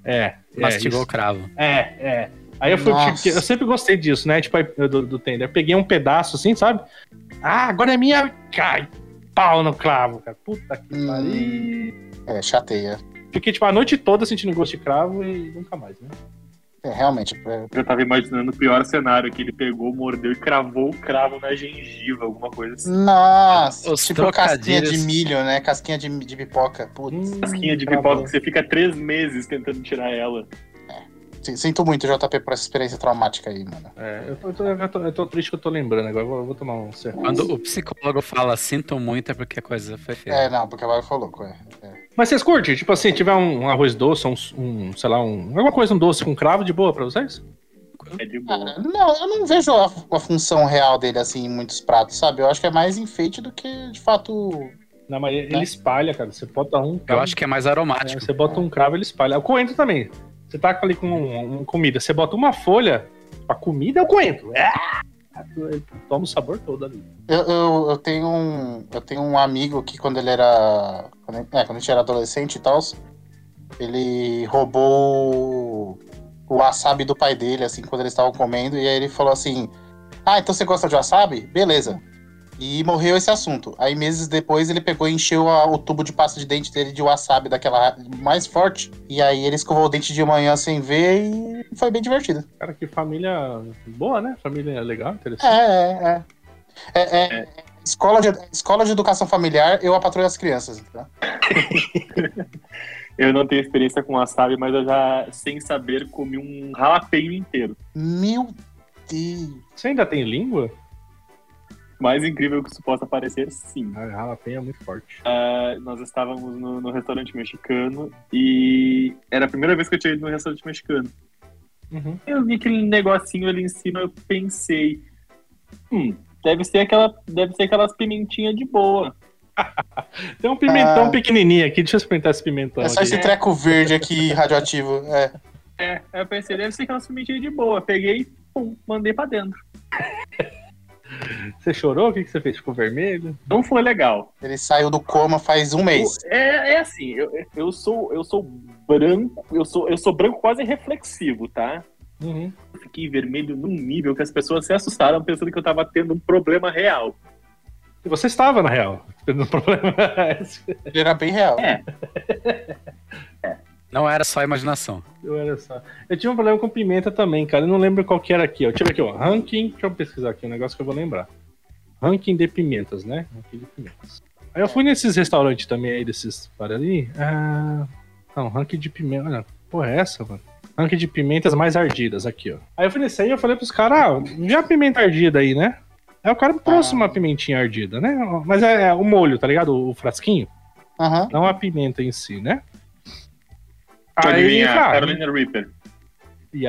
Mastigou o isso. cravo. Aí eu fui, Nossa. eu sempre gostei disso, né? Tipo, do tender. Eu peguei um pedaço assim, sabe? Ah, agora é minha. Cai, pau no cravo, cara. Puta que pariu. Chateia. Fiquei, tipo, a noite toda sentindo gosto de cravo e nunca mais, né? Realmente. Eu tava imaginando o pior cenário, que ele pegou, mordeu e cravou o cravo na gengiva, alguma coisa assim. Nossa, Os tipo casquinha trocadilhos. de milho, né? Casquinha de pipoca. Putz. Casquinha de cravou. pipoca que você fica 3 meses tentando tirar ela. Sinto muito, JP, por essa experiência traumática aí, mano. Eu tô triste que eu tô lembrando agora. Eu vou tomar um certo. Quando o psicólogo fala sinto muito é porque a coisa foi feia. Não, porque agora ficou louco, Mas vocês curtem? Tipo assim, tiver um arroz doce, sei lá, alguma coisa, um doce com cravo de boa pra vocês? É de boa. Cara, não, eu não vejo a função real dele, assim, em muitos pratos, sabe? Eu acho que é mais enfeite do que, de fato... Não, mas ele espalha, cara. Você bota um Eu cravo. acho que é mais aromático. Você bota um cravo, ele espalha. O coentro também. Você tá ali com comida, você bota uma folha, a comida é o coentro. Ele toma o sabor todo ali. Eu tenho um amigo que quando ele era... Quando a gente era adolescente e tal, ele roubou o wasabi do pai dele, assim, quando eles estavam comendo, e aí ele falou assim, então você gosta de wasabi? Beleza. E morreu esse assunto. Aí meses depois ele pegou e encheu o tubo de pasta de dente dele de wasabi, daquela mais forte, e aí ele escovou o dente de manhã sem ver e foi bem divertido. Cara, que família boa, né? Família legal, interessante. Escola de educação familiar, eu a patrulho das crianças, tá? Eu não tenho experiência com wasabi, mas eu já, sem saber, comi um jalapeño inteiro. Meu Deus. Você ainda tem língua? Mais incrível que isso possa parecer, sim. Jalapeno é muito forte. Nós estávamos no restaurante mexicano e era a primeira vez que eu tinha ido no restaurante mexicano. Uhum. Eu vi aquele negocinho ali em cima, eu pensei, deve ser aquelas pimentinhas de boa. Tem um pimentão pequenininho aqui, deixa eu experimentar esse pimentão É só aqui. esse treco verde aqui, radioativo. Eu pensei, deve ser aquelas pimentinhas de boa. Peguei, mandei pra dentro. Você chorou? O que você fez? Ficou vermelho? Não foi legal. Ele saiu do coma faz um mês. É assim, eu sou branco, eu sou branco quase reflexivo, tá? Uhum. Eu fiquei vermelho num nível que as pessoas se assustaram pensando que eu tava tendo um problema real. E você estava, na real, tendo um problema. Ele era bem real. Não era só imaginação. Olha só. Eu tive um problema com pimenta também, cara. Eu não lembro qual que era aqui. Deixa eu ver aqui, ó. Ranking. Deixa eu pesquisar aqui um negócio que eu vou lembrar. Ranking de pimentas, né? Ranking de pimentas. Aí eu fui nesses restaurantes também aí, desses para ali. Não, ranking de pimenta. Olha, porra, é essa, mano? Ranking de pimentas mais ardidas, aqui, ó. Aí eu fui nesse aí e eu falei pros caras, já a pimenta ardida aí, né? Aí o cara me trouxe uma pimentinha ardida, né? Mas é o molho, tá ligado? O frasquinho. Uhum. Não a pimenta em si, né? Aí, Aí, Carolina Reaper. E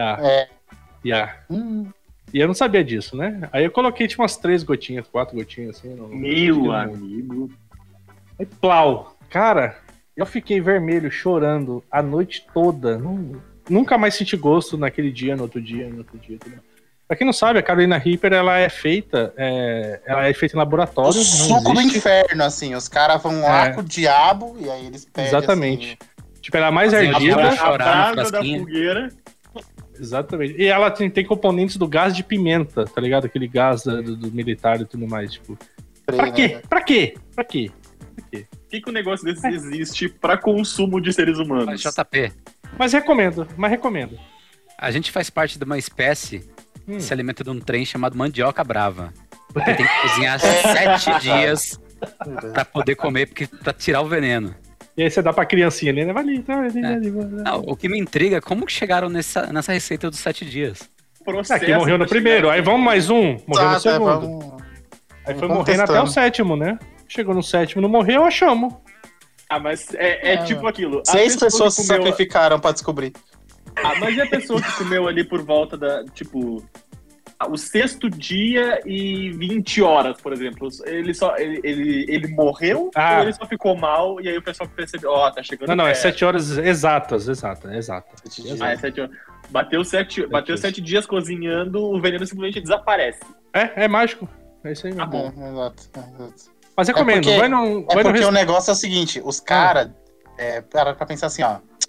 eu não sabia disso, né? Aí eu coloquei tipo umas 3 gotinhas, 4 gotinhas assim. Meu amigo. Aí, plau. Cara, eu fiquei vermelho, chorando a noite toda. Nunca mais senti gosto naquele dia, no outro dia. Tudo. Pra quem não sabe, a Carolina Reaper, ela é feita em laboratório. O suco do inferno, assim. Os caras vão lá com o diabo e aí eles pedem. Exatamente. Assim, Tipo, ela é mais ardida. A brasa da fogueira. Exatamente. E ela tem componentes do gás de pimenta, tá ligado? Aquele gás do militar e tudo mais. Tipo, pra quê? Pra quê? Por que o negócio desse existe pra consumo de seres humanos? Mas, JP, Mas recomendo. a gente faz parte de uma espécie que se alimenta de um trem chamado mandioca brava. Porque tem que cozinhar 7 dias pra poder comer, pra tirar o veneno. E aí você dá pra criancinha ali, né? Vai ali. Não, o que me intriga é como que chegaram nessa receita dos 7 dias. Aqui morreu no primeiro, aí vamos mais um, morreu no segundo. Aí foi morrendo até o 7º, né? Chegou no 7º, não morreu, achamos. Mas tipo aquilo. 6 pessoas se sacrificaram pra descobrir. Mas e a pessoa que comeu ali por volta da, tipo, o 6º dia e 20 horas, por exemplo? Ele morreu ou ele só ficou mal e aí o pessoal percebeu, tá chegando Não, é 7 horas exatas, exata. É 7 horas. Bateu 7 dias cozinhando, o veneno simplesmente desaparece. É mágico. É isso aí mesmo. Exato. Mas recomendo, vai no porque o negócio é o seguinte, os caras pararam pra pensar assim, ó.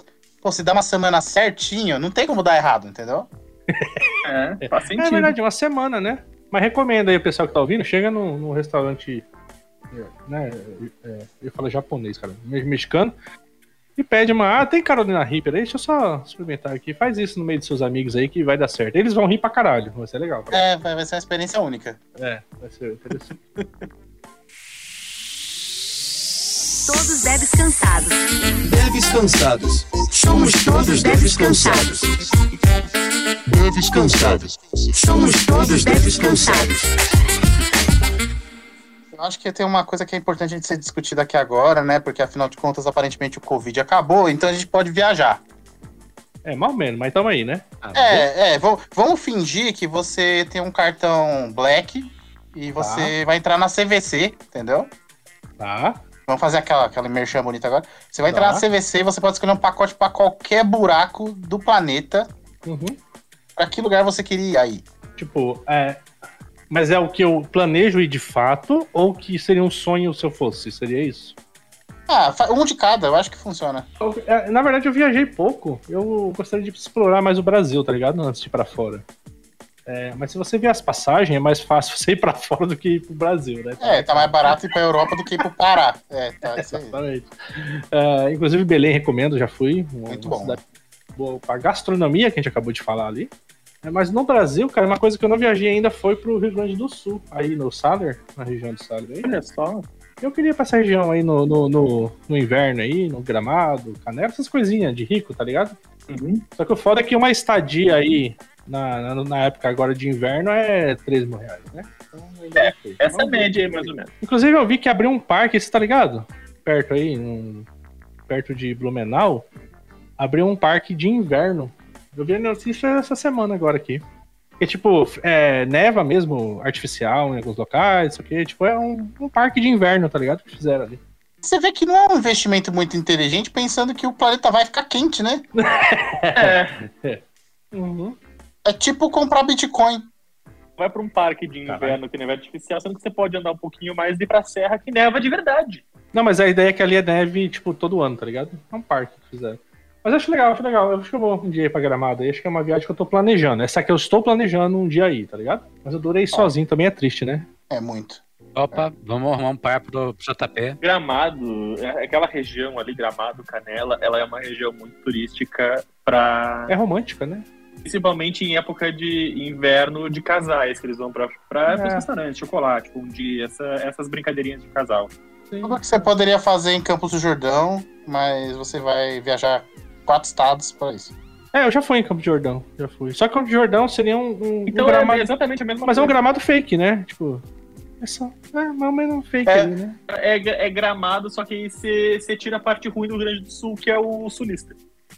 pô, se dá uma semana certinho, não tem como dar errado, entendeu? Faz sentido. É verdade, uma semana, né? Mas recomendo aí o pessoal que tá ouvindo, chega num restaurante, né? Eu falo japonês, cara, mexicano, e pede tem Carolina Reaper, deixa eu só experimentar aqui. Faz isso no meio dos seus amigos aí que vai dar certo. Eles vão rir pra caralho, vai ser legal. Vai ser uma experiência única. Vai ser interessante. Todos devs cansados. Devs cansados. Somos todos devs cansados. Devs cansados. Somos todos devs cansados. Eu acho que tem uma coisa que é importante a gente ser discutida aqui agora, né? Porque afinal de contas, aparentemente o Covid acabou, então a gente pode viajar. Mal menos, mas tamo aí, né? Vamos fingir que você tem um cartão Black e você vai entrar na CVC, entendeu? Tá. Vamos fazer aquela merchan bonita agora. Você vai entrar na CVC e você pode escolher um pacote pra qualquer buraco do planeta. Pra que lugar você queria ir? Tipo, mas é o que eu planejo ir de fato ou que seria um sonho se eu fosse? Seria isso? Um de cada, eu acho que funciona. Na verdade, eu viajei pouco. Eu gostaria de explorar mais o Brasil, tá ligado? Antes de ir pra fora. Mas se você ver as passagens, é mais fácil você ir pra fora do que ir pro Brasil, né? Tá mais barato ir pra Europa do que ir pro Pará. Isso aí. Exatamente. Inclusive, Belém, recomendo, já fui. Muito bom. Cidade boa pra gastronomia, que a gente acabou de falar ali. Mas no Brasil, cara, uma coisa que eu não viajei ainda foi pro Rio Grande do Sul, aí no Saler, na região do Saler. Aí. Olha só. Eu queria ir pra essa região aí no inverno aí, no Gramado, Canela, essas coisinhas de rico, tá ligado? Só que o foda é que uma estadia aí na época agora de inverno é R$3 mil, né? Então, essa é a média aí, mais ou menos. Inclusive eu vi que abriu um parque, você tá ligado? Perto aí, perto de Blumenau, abriu um parque de inverno. Eu vi a notícia essa semana agora aqui. Que tipo, neva mesmo, artificial em alguns locais, isso aqui, tipo, é um parque de inverno, tá ligado? Que fizeram ali. Você vê que não é um investimento muito inteligente pensando que o planeta vai ficar quente, né? É tipo comprar Bitcoin. Vai pra um parque de inverno que neva artificial, sendo que você pode andar um pouquinho mais e ir pra serra que neva de verdade. Não, mas a ideia é que ali é neve, tipo, todo ano, tá ligado? É um parque que fizeram. Mas eu acho legal. Eu acho que eu vou um dia ir pra Gramado aí. Acho que é uma viagem que eu tô planejando. Essa aqui eu estou planejando um dia aí, tá ligado? Mas eu durei sozinho, também é triste, né? É muito. Opa, vamos arrumar um par pro JP. Gramado, aquela região ali, Gramado, Canela, ela é uma região muito turística pra... É romântica, né? Principalmente em época de inverno de casais, que eles vão pra os restaurantes, chocolate, um dia, essas brincadeirinhas de casal. Tudo que você poderia fazer em Campos do Jordão, mas você vai viajar 4 estados pra isso. Eu já fui em Campos do Jordão, já fui. Só que Campos do Jordão seria um então gramado... é exatamente a mesma mas coisa. É um gramado fake, né? Tipo... mais ou menos fake ali, né? É Gramado, só que aí você tira a parte ruim do Rio Grande do Sul, que é o sulista.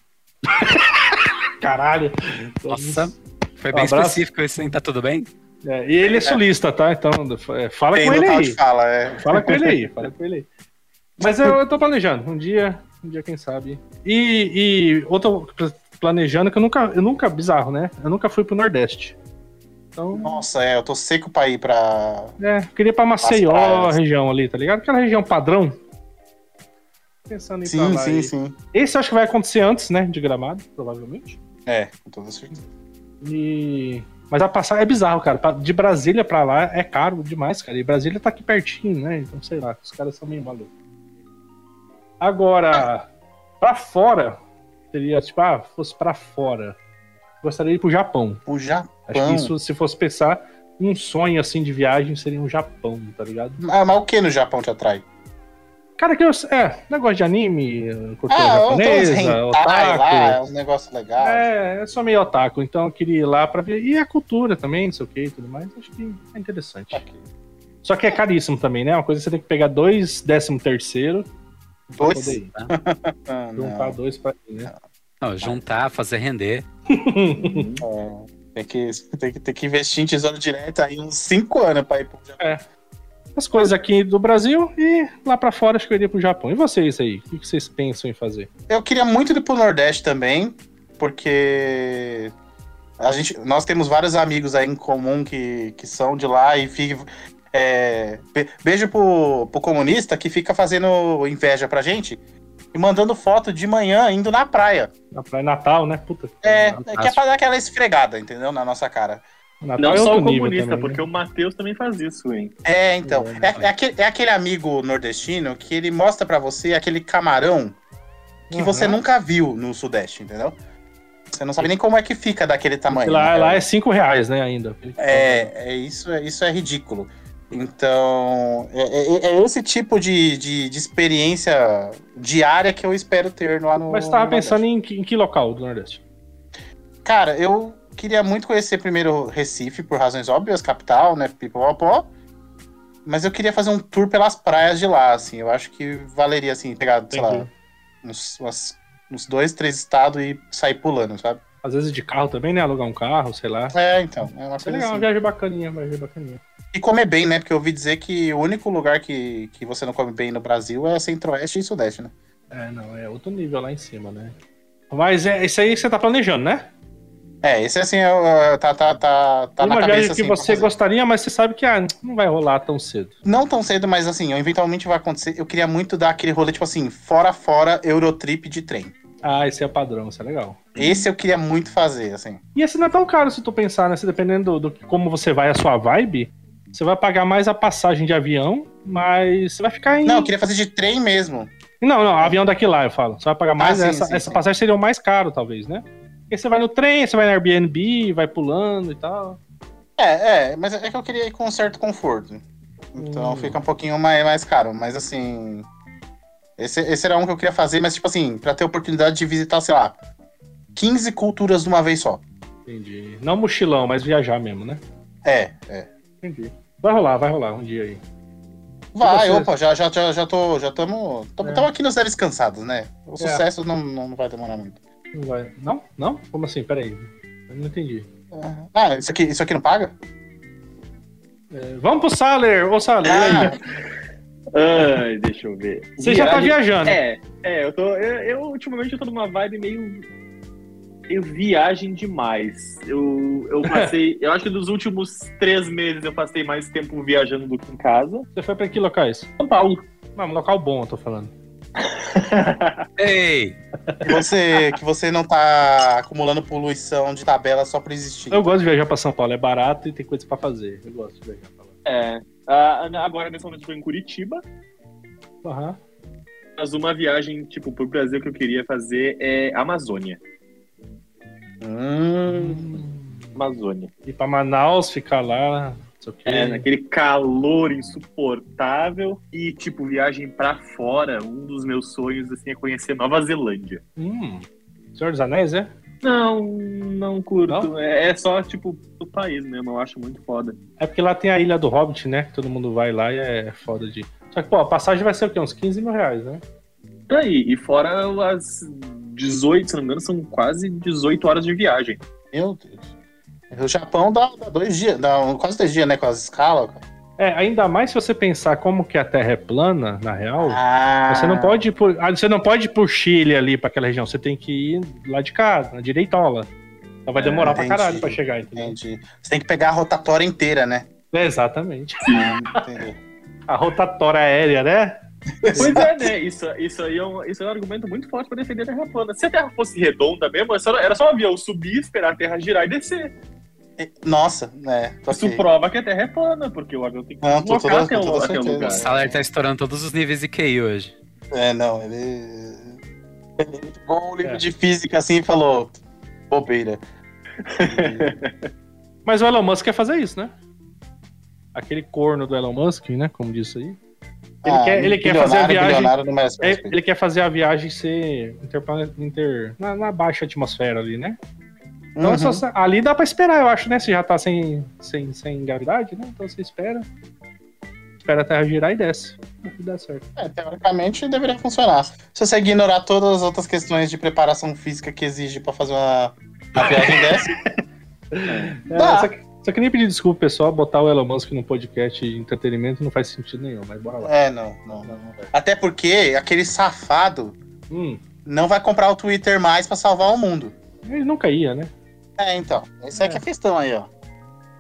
Caralho. Nossa, foi bem específico isso, hein? Tá tudo bem? E ele é sulista, tá? Então, fala com ele aí. Fala com ele aí. Mas eu tô planejando. Um dia quem sabe. E outro planejando que eu nunca, bizarro, né? Eu nunca fui pro Nordeste. Então, nossa, eu tô seco pra ir pra... queria ir pra Maceió, região ali, tá ligado? Aquela região padrão. Pensando em ir pra lá. Sim. Esse eu acho que vai acontecer antes, né? De Gramado, provavelmente. Com toda certeza. Mas a passagem é bizarro, cara. De Brasília pra lá é caro demais, cara. E Brasília tá aqui pertinho, né? Então, sei lá, os caras são meio malucos. Agora, pra fora, seria, tipo, fosse pra fora. Gostaria de ir pro Japão. Pro Japão? Acho que isso, se fosse pensar, um sonho, assim, de viagem seria um Japão, tá ligado? Mas o que no Japão te atrai? Cara, que negócio de anime, cultura japonesa, otaku. Lá, uns negócios legais. Eu sou meio otaku, então eu queria ir lá pra ver. E a cultura também, não sei o que e tudo mais. Acho que é interessante. Okay. Só que é caríssimo também, né? Uma coisa que você tem que pegar 2 13º. 2? Ir, tá? Juntar 2 pra ir, né? Não, juntar, fazer render. Tem que investir em tesouro direto aí uns 5 anos pra ir pro Japão. As coisas aqui do Brasil e lá pra fora acho que eu iria pro Japão. E vocês aí? O que vocês pensam em fazer? Eu queria muito ir pro Nordeste também, porque nós temos vários amigos aí em comum que são de lá e beijo pro comunista que fica fazendo inveja pra gente. e mandando foto de manhã indo na praia. Na praia Natal, né? Puta. Que é pra dar aquela esfregada, entendeu? Na nossa cara. Natal Não é só o outro nível comunista, também, porque né? o Matheus também faz isso, hein? Então. É aquele amigo nordestino que ele mostra pra você aquele camarão que você nunca viu no Sudeste, entendeu? Você não sabe nem como é que fica daquele tamanho. Lá é R$5, né, ainda. Isso é ridículo. Então, é esse tipo de experiência diária que eu espero ter lá no... Mas você tava pensando em que local do Nordeste? Cara, eu queria muito conhecer primeiro Recife, por razões óbvias, capital, né, pipopó. Mas eu queria fazer um tour pelas praias de lá, assim. Eu acho que valeria, assim, pegar, sei lá, uns 2, 3 estados e sair pulando, sabe? Às vezes de carro também, né? Alugar um carro, sei lá. Então. É uma Isso é coisa legal, assim. uma viagem bacaninha. E comer bem, né? Porque eu ouvi dizer que o único lugar que você não come bem no Brasil é Centro-Oeste e Sudeste, né? Não, é outro nível lá em cima, né? Mas isso aí que você tá planejando, né? Esse assim, tá na uma cabeça, viagem assim, que você fazer. Gostaria, mas você sabe que não vai rolar tão cedo. Não tão cedo, mas assim, eventualmente vai acontecer. Eu queria muito dar aquele rolê, tipo assim, fora, Eurotrip de trem. Esse é o padrão, isso é legal. Esse eu queria muito fazer, assim. E esse não é tão caro se tu pensar, né? Se dependendo do como você vai, a sua vibe, você vai pagar mais a passagem de avião, mas você vai ficar em... Não, eu queria fazer de trem mesmo. Não, avião daqui lá, eu falo. Você vai pagar mais, sim, essa passagem seria o mais caro, talvez, né? Porque você vai no trem, você vai no Airbnb, vai pulando e tal. Mas é que eu queria ir com um certo conforto. Então fica um pouquinho mais caro, mas assim... Esse era um que eu queria fazer, mas tipo assim, pra ter oportunidade de visitar, sei lá, 15 culturas de uma vez só. Entendi. Não mochilão, mas viajar mesmo, né? Entendi. Vai rolar um dia aí. Vai, opa, já estamos aqui nos Deves Cansados, né? O sucesso não vai demorar muito. Não vai. Não? Como assim? Peraí. Eu não entendi. Isso aqui não paga? Vamos pro Saler, ô Saler. Ai, deixa eu ver. Você já tá viajando. Eu ultimamente eu tô numa vibe meio viagem demais. Eu passei, eu acho que nos últimos 3 meses eu passei mais tempo viajando do que em casa. Você foi pra que locais? São Paulo. Não, um local bom, eu tô falando. Ei! Que você não tá acumulando poluição de tabela só por existir. Eu gosto de viajar pra São Paulo, é barato e tem coisa pra fazer. Eu gosto de viajar pra lá. Agora nesse momento eu tô em Curitiba. Aham. Mas uma viagem, tipo, pro Brasil que eu queria fazer é Amazônia. Amazônia. Ir pra Manaus, ficar lá, não sei o quê. Naquele calor insuportável. E, tipo, viagem pra fora, um dos meus sonhos, assim, é conhecer Nova Zelândia. Senhor dos Anéis, é? Não curto. Não? É só, tipo, o país mesmo, eu acho muito foda. É porque lá tem a Ilha do Hobbit, né? Que todo mundo vai lá e é foda de... Só que, pô, a passagem vai ser o quê? Uns 15 mil reais, né? E fora as 18, se não me engano, são quase 18 horas de viagem. Meu Deus. O Japão dá 2 dias, dá quase 2 dias, né? Com as escalas, cara. Ainda mais se você pensar como que a Terra é plana, na real, Ah. você não pode ir por Chile ali, pra aquela região. Você tem que ir lá de cá, na direitola. Então vai demorar pra caralho pra chegar, entendeu? Entendi. Você tem que pegar a rotatória inteira, né? Exatamente. Entendi. A rotatória aérea, né? Pois é, né? Isso aí é um argumento muito forte pra defender a Terra plana. Se a Terra fosse redonda mesmo, era só o avião subir, esperar a Terra girar e descer. Nossa, né? Isso prova que a Terra é plana, porque o avião tem que deslocar até o lugar. O Saler tá estourando todos os níveis de QI hoje. Não, ele pegou um livro de física assim e falou: bobeira. Mas o Elon Musk quer fazer isso, né? Aquele corno do Elon Musk, né? Como disse aí. Ele quer fazer a viagem. Ele quer fazer a viagem ser na baixa atmosfera ali, né? Então ali dá pra esperar, eu acho, né? Você já tá sem gravidade, né? Então você espera a Terra girar e desce. E dá certo. Teoricamente deveria funcionar. Se você ignorar todas as outras questões de preparação física que exige pra fazer uma viagem dessa. Só que nem pedir desculpa, pessoal, botar o Elon Musk no podcast de entretenimento não faz sentido nenhum, mas bora lá. Não. Até porque aquele safado não vai comprar o Twitter mais pra salvar o mundo. Ele nunca ia, né? Então. Essa é que é a questão aí, ó.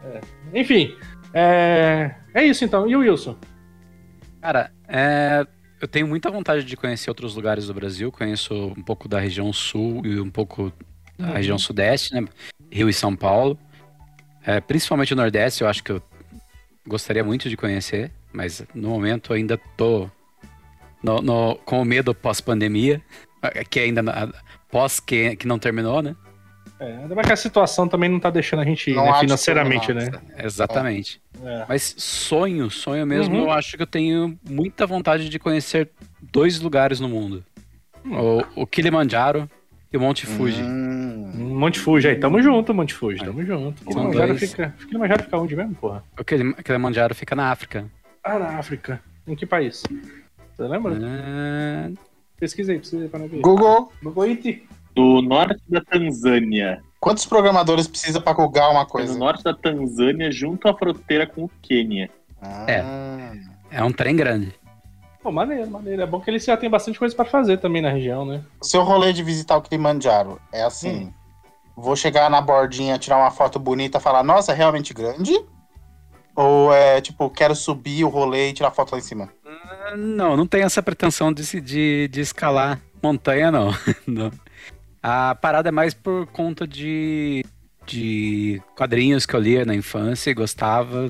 Enfim, é isso então. E o Wilson? Cara, Eu tenho muita vontade de conhecer outros lugares do Brasil. Conheço um pouco da região sul e um pouco da região sudeste, né? Rio e São Paulo. Principalmente o Nordeste, eu acho que eu gostaria muito de conhecer, mas no momento ainda tô com o medo pós-pandemia, que ainda que não terminou, né? Ainda mais que a situação também não tá deixando a gente ir, né, financeiramente, né? Exatamente. Mas sonho mesmo, eu acho que eu tenho muita vontade de conhecer 2 lugares no mundo. O Kilimanjaro e o Monte Fuji. Monte Fuji aí, tamo junto, Monte Fuji, tamo junto. Kilimanjaro fica onde mesmo, porra? O Kilimanjaro fica na África. Ah, na África. Em que país? Você lembra? Pesquisa aí pra não ver. Google It. Do norte da Tanzânia. Quantos programadores precisa pra googar uma coisa? No norte da Tanzânia, junto à fronteira com o Quênia. É um trem grande. Pô, maneiro. É bom que eles já tem bastante coisa pra fazer também na região, né? O seu rolê de visitar o Kilimanjaro é assim: vou chegar na bordinha, tirar uma foto bonita, falar, nossa, é realmente grande? Ou é tipo, quero subir o rolê e tirar foto lá em cima? Não tem essa pretensão de escalar montanha, não. Não. A parada é mais por conta de quadrinhos que eu lia na infância e gostava.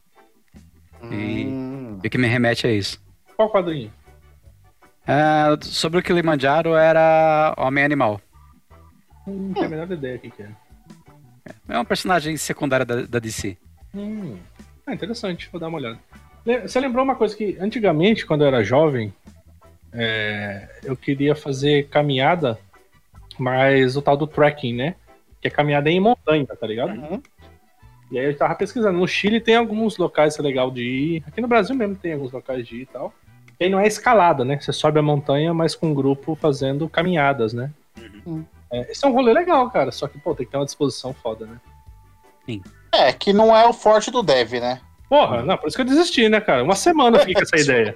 E que me remete a isso. Qual quadrinho? Sobre o Kilimanjaro era Homem-Animal. Não tenho a menor ideia do que é. É um personagem secundário da DC. Interessante, vou dar uma olhada. Você lembrou uma coisa que antigamente, quando eu era jovem, eu queria fazer caminhada, mas o tal do trekking, né? Que é caminhada em montanha, tá ligado? E aí eu tava pesquisando. No Chile tem alguns locais que é legal de ir. Aqui no Brasil mesmo tem alguns locais de ir e tal. E aí não é escalada, né? Você sobe a montanha, mas com um grupo fazendo caminhadas, né? Esse é um rolê legal, cara. Só que, pô, tem que ter uma disposição foda, né? Sim. Que não é o forte do dev, né? Porra, não, por isso que eu desisti, né, cara? Uma semana eu fiquei com essa ideia.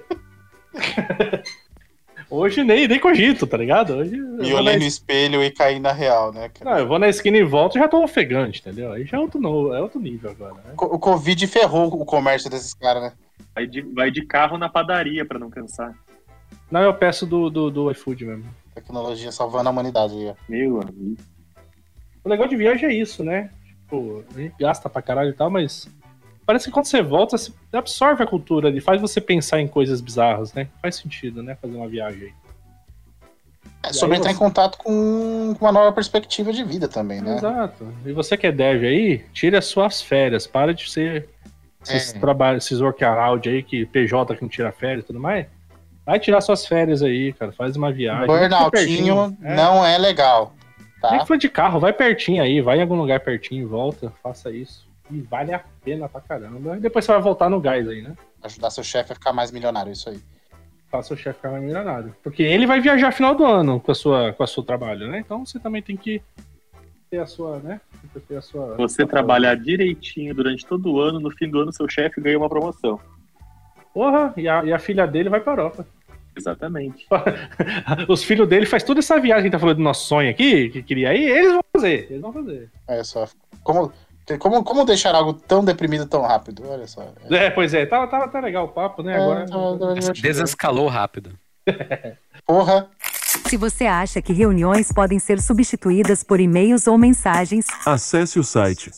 Hoje nem cogito, tá ligado? Hoje me olhei no espelho e caí na real, né? Cara? Não, eu vou na esquina e volto e já tô ofegante, entendeu? Aí já é outro nível agora, né? O Covid ferrou o comércio desses caras, né? Vai de carro na padaria pra não cansar. Não, eu peço do iFood mesmo. Tecnologia salvando a humanidade aí, ó. Meu amigo. O legal de viagem é isso, né? Tipo, a gente gasta pra caralho e tal, mas parece que quando você volta, você absorve a cultura ali, faz você pensar em coisas bizarras, né? Faz sentido, né? Fazer uma viagem aí. Sobre entrar em contato com uma nova perspectiva de vida também, né? Exato. E você que é dev aí, tire as suas férias. Para de ser esses trabalhos, esses workaround aí, que PJ que não tira férias e tudo mais. Vai tirar suas férias aí, cara. Faz uma viagem. Burnoutinho não é legal. Tá? Nem que for de carro, vai pertinho aí, vai em algum lugar pertinho e volta, faça isso. E vale a pena pra caramba. E depois você vai voltar no gás aí, né? Ajudar seu chefe a ficar mais milionário, isso aí. Faça o chefe ficar mais milionário. Porque ele vai viajar no final do ano com o seu trabalho, né? Então você também tem que ter a sua, né? Você trabalhar direitinho durante todo o ano, no fim do ano seu chefe ganha uma promoção. Porra, e a filha dele vai pra Europa. Exatamente. Os filhos dele faz toda essa viagem que a gente tá falando do nosso sonho aqui, que queria ir, eles vão fazer. É só. Como deixar algo tão deprimido tão rápido? Olha só. Pois é, tava até legal o papo, né? Agora. Desescalou rápido. Porra. Se você acha que reuniões podem ser substituídas por e-mails ou mensagens, acesse o site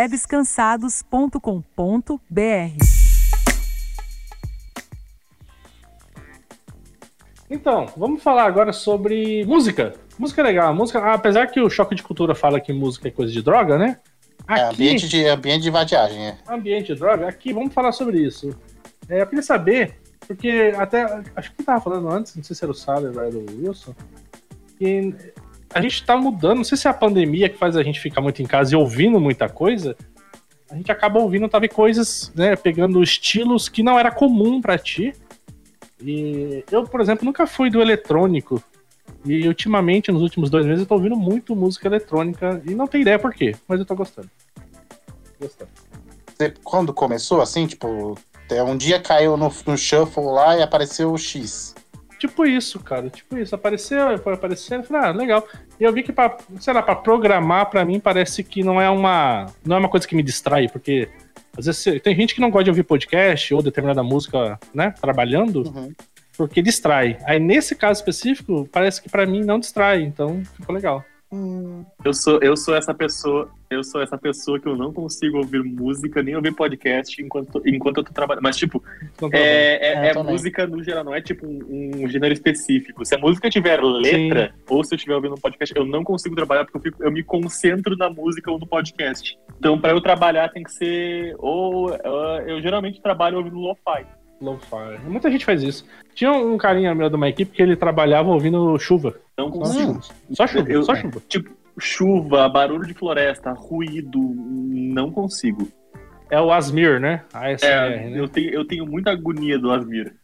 devscansados.com.br. Então, vamos falar agora sobre música. Música é legal. Apesar que o Choque de Cultura fala que música é coisa de droga, né? Aqui, ambiente de vadiagem, Ambiente de droga. Aqui, vamos falar sobre isso. Eu queria saber, porque até, acho que eu tava falando antes, não sei se era o Saber, era o Wilson, que a gente tá mudando, não sei se é a pandemia que faz a gente ficar muito em casa e ouvindo muita coisa, a gente acaba ouvindo, talvez, coisas, né, pegando estilos que não era comum pra ti. E eu, por exemplo, nunca fui do eletrônico. E ultimamente, nos últimos 2 meses, eu tô ouvindo muito música eletrônica. E não tenho ideia por quê, mas eu tô gostando. Você, quando começou, assim, tipo, um dia caiu no shuffle lá e apareceu o X. Tipo isso, cara. Tipo isso. Foi aparecendo, eu falei, legal. E eu vi que pra programar, pra mim, parece que não é uma coisa que me distrai, porque às vezes tem gente que não gosta de ouvir podcast ou determinada música, né, trabalhando. porque distrai. Aí nesse caso específico, parece que pra mim não distrai, então ficou legal. Eu sou essa pessoa que eu não consigo ouvir música, nem ouvir podcast enquanto eu tô trabalhando. Mas, tipo, música no geral, não é tipo um gênero específico. Se a música tiver letra, sim, ou se eu estiver ouvindo um podcast, eu não consigo trabalhar porque eu me concentro na música ou no podcast. Então, pra eu trabalhar tem que ser... eu geralmente trabalho ouvindo lo-fi. Lo-fi. Muita gente faz isso. Tinha um carinha meu de uma equipe que ele trabalhava ouvindo chuva. Não consigo. Só chuva, só chuva. Tipo, chuva, barulho de floresta, ruído, não consigo. É o Asmir, né? ASMR, né? Eu tenho muita agonia do Asmir.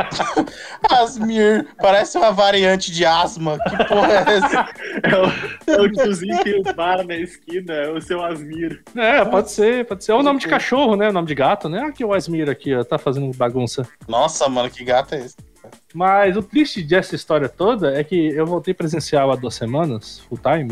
Asmir, parece uma variante de asma. Que porra é essa? É o tiozinho que tem o bar na esquina, é o seu Asmir. Pode ser. É o nome de cachorro, né? O nome de gato, né? Aqui o Asmir aqui, ó, tá fazendo bagunça. Nossa, mano, que gato é esse? Mas o triste dessa história toda é que eu voltei presencial há 2 semanas, full time.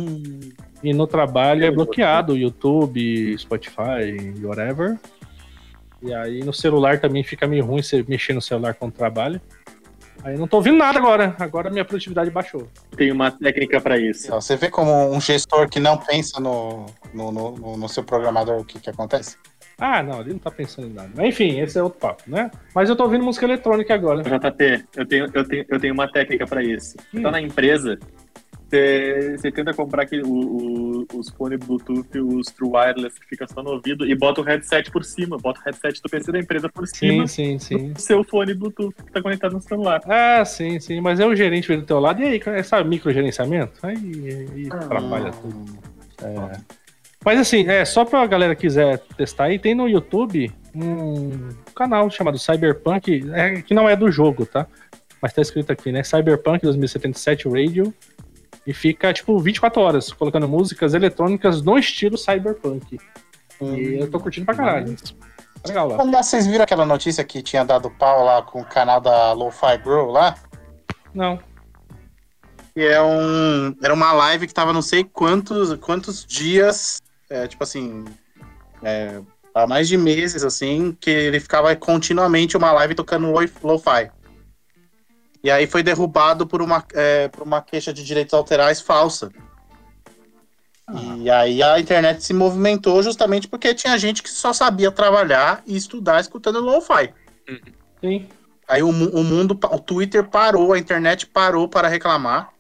E no trabalho é bloqueado o YouTube, Spotify, whatever. E aí no celular também fica meio ruim você mexer no celular quando trabalha. Aí eu não tô ouvindo nada agora. Agora minha produtividade baixou. Tem uma técnica pra isso. Você vê como um gestor que não pensa no seu programador o que acontece? Ah, não, ele não tá pensando em nada. Mas, enfim, esse é outro papo, né? Mas eu tô ouvindo música eletrônica agora. JP, eu tenho uma técnica pra isso. Você tá na empresa, você tenta comprar os fones Bluetooth, os True Wireless que fica só no ouvido e bota o headset por cima. Bota o headset do PC da empresa por cima. Sim. Do seu fone Bluetooth que tá conectado no celular. Ah, sim. Mas é o gerente do teu lado. E aí, essa microgerenciamento? Aí trabalha tudo. Mas assim, só pra galera que quiser testar aí, tem no YouTube um canal chamado Cyberpunk, que não é do jogo, tá? Mas tá escrito aqui, né? Cyberpunk 2077 Radio. E fica, tipo, 24 horas colocando músicas eletrônicas no estilo cyberpunk. E eu tô curtindo pra caralho. Legal lá. Aliás, vocês viram aquela notícia que tinha dado pau lá com o canal da Lo-Fi Grow lá? Não. E era uma live que tava não sei quantos dias, tipo assim, há mais de meses, assim, que ele ficava continuamente uma live tocando Lo-Fi. E aí foi derrubado por uma queixa de direitos autorais falsa. E aí a internet se movimentou justamente porque tinha gente que só sabia trabalhar e estudar escutando lo-fi. Sim. Aí o Twitter parou, a internet parou para reclamar.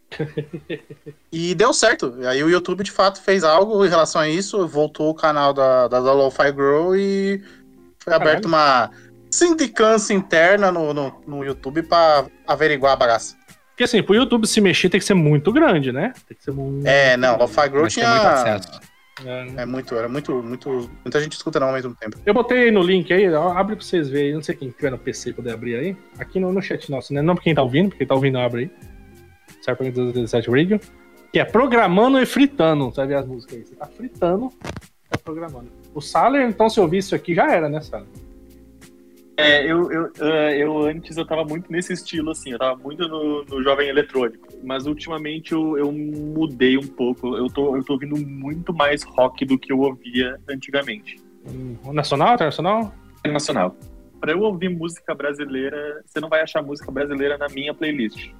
E deu certo. Aí o YouTube de fato fez algo em relação a isso, voltou o canal da Lo-Fi Grow e foi aberto uma sindicância interna no YouTube pra averiguar a bagaça. Porque assim, pro YouTube se mexer tem que ser muito grande, né? Tem que ser muito... não, Lo-Fi Grow tinha... muito acesso. Era muita gente escuta ao mesmo tempo. Eu botei no link aí, abre pra vocês verem, não sei quem tiver no PC poder abrir aí. Aqui no chat nosso, né? Não pra quem tá ouvindo, porque quem tá ouvindo abre aí. Cyberpunk 2077 Radio. Que é programando e fritando. Você vai ver as músicas aí. Você tá fritando, tá programando. O Saler, então, se eu ouvir isso aqui, já era, né, Saler? Eu antes eu tava muito nesse estilo, assim, eu tava muito no jovem eletrônico, mas ultimamente eu mudei um pouco, eu tô ouvindo muito mais rock do que eu ouvia antigamente. Nacional, internacional? Nacional. Pra eu ouvir música brasileira, você não vai achar música brasileira na minha playlist.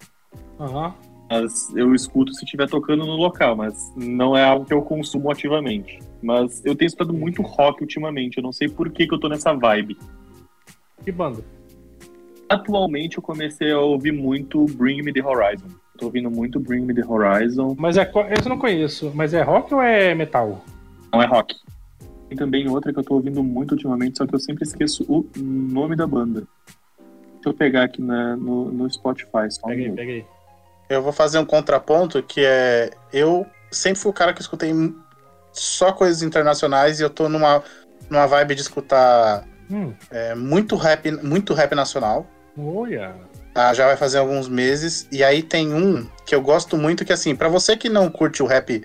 Mas eu escuto se estiver tocando no local, mas não é algo que eu consumo ativamente. Mas eu tenho escutado muito rock ultimamente, eu não sei por que eu tô nessa vibe. Que banda? Atualmente eu comecei a ouvir muito Bring Me The Horizon. Tô ouvindo muito Bring Me The Horizon. Mas eu não conheço, mas é rock ou é metal? Não é rock. Tem também outra que eu tô ouvindo muito ultimamente, só que eu sempre esqueço o nome da banda. Deixa eu pegar aqui no Spotify. Peguei. Eu vou fazer um contraponto que eu sempre fui o cara que escutei só coisas internacionais e eu tô numa vibe de escutar muito rap nacional. Olha. Já vai fazer alguns meses. E aí tem um que eu gosto muito, que assim, pra você que não curte o rap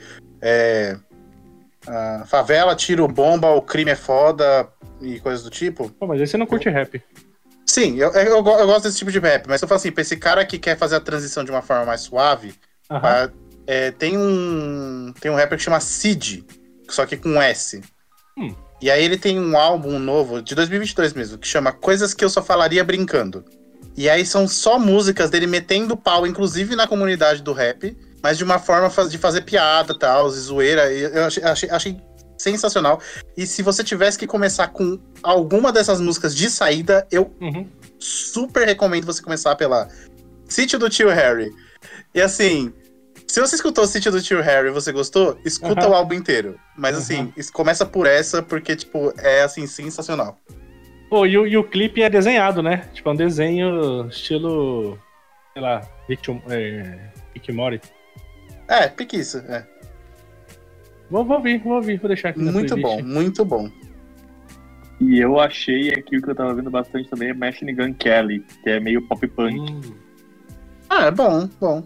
favela, tiro, bomba, o crime é foda e coisas do tipo. Pô, mas aí você não curte rap. Sim, eu gosto desse tipo de rap, mas eu falo assim, pra esse cara que quer fazer a transição de uma forma mais suave, tem um rapper que chama Cid, só que com S. E aí ele tem um álbum novo, de 2022 mesmo, que chama Coisas que eu só falaria brincando. E aí são só músicas dele metendo pau, inclusive na comunidade do rap, mas de uma forma de fazer piada e tal, zoeira. E eu achei sensacional. E se você tivesse que começar com alguma dessas músicas de saída, eu super recomendo você começar pela Sítio do Tio Harry. E assim, se você escutou o Sítio do Tio Harry e você gostou, escuta o álbum inteiro. Mas assim, começa por essa, porque, tipo, é assim, sensacional. Pô, e o clipe é desenhado, né? Tipo, é um desenho estilo, sei lá, Rick Mori. Pique isso, Vou ouvir, vou deixar aqui na Muito playlist. bom, muito bom. E eu achei aqui o que eu tava vendo bastante também é Machine Gun Kelly, que é meio pop punk. É bom.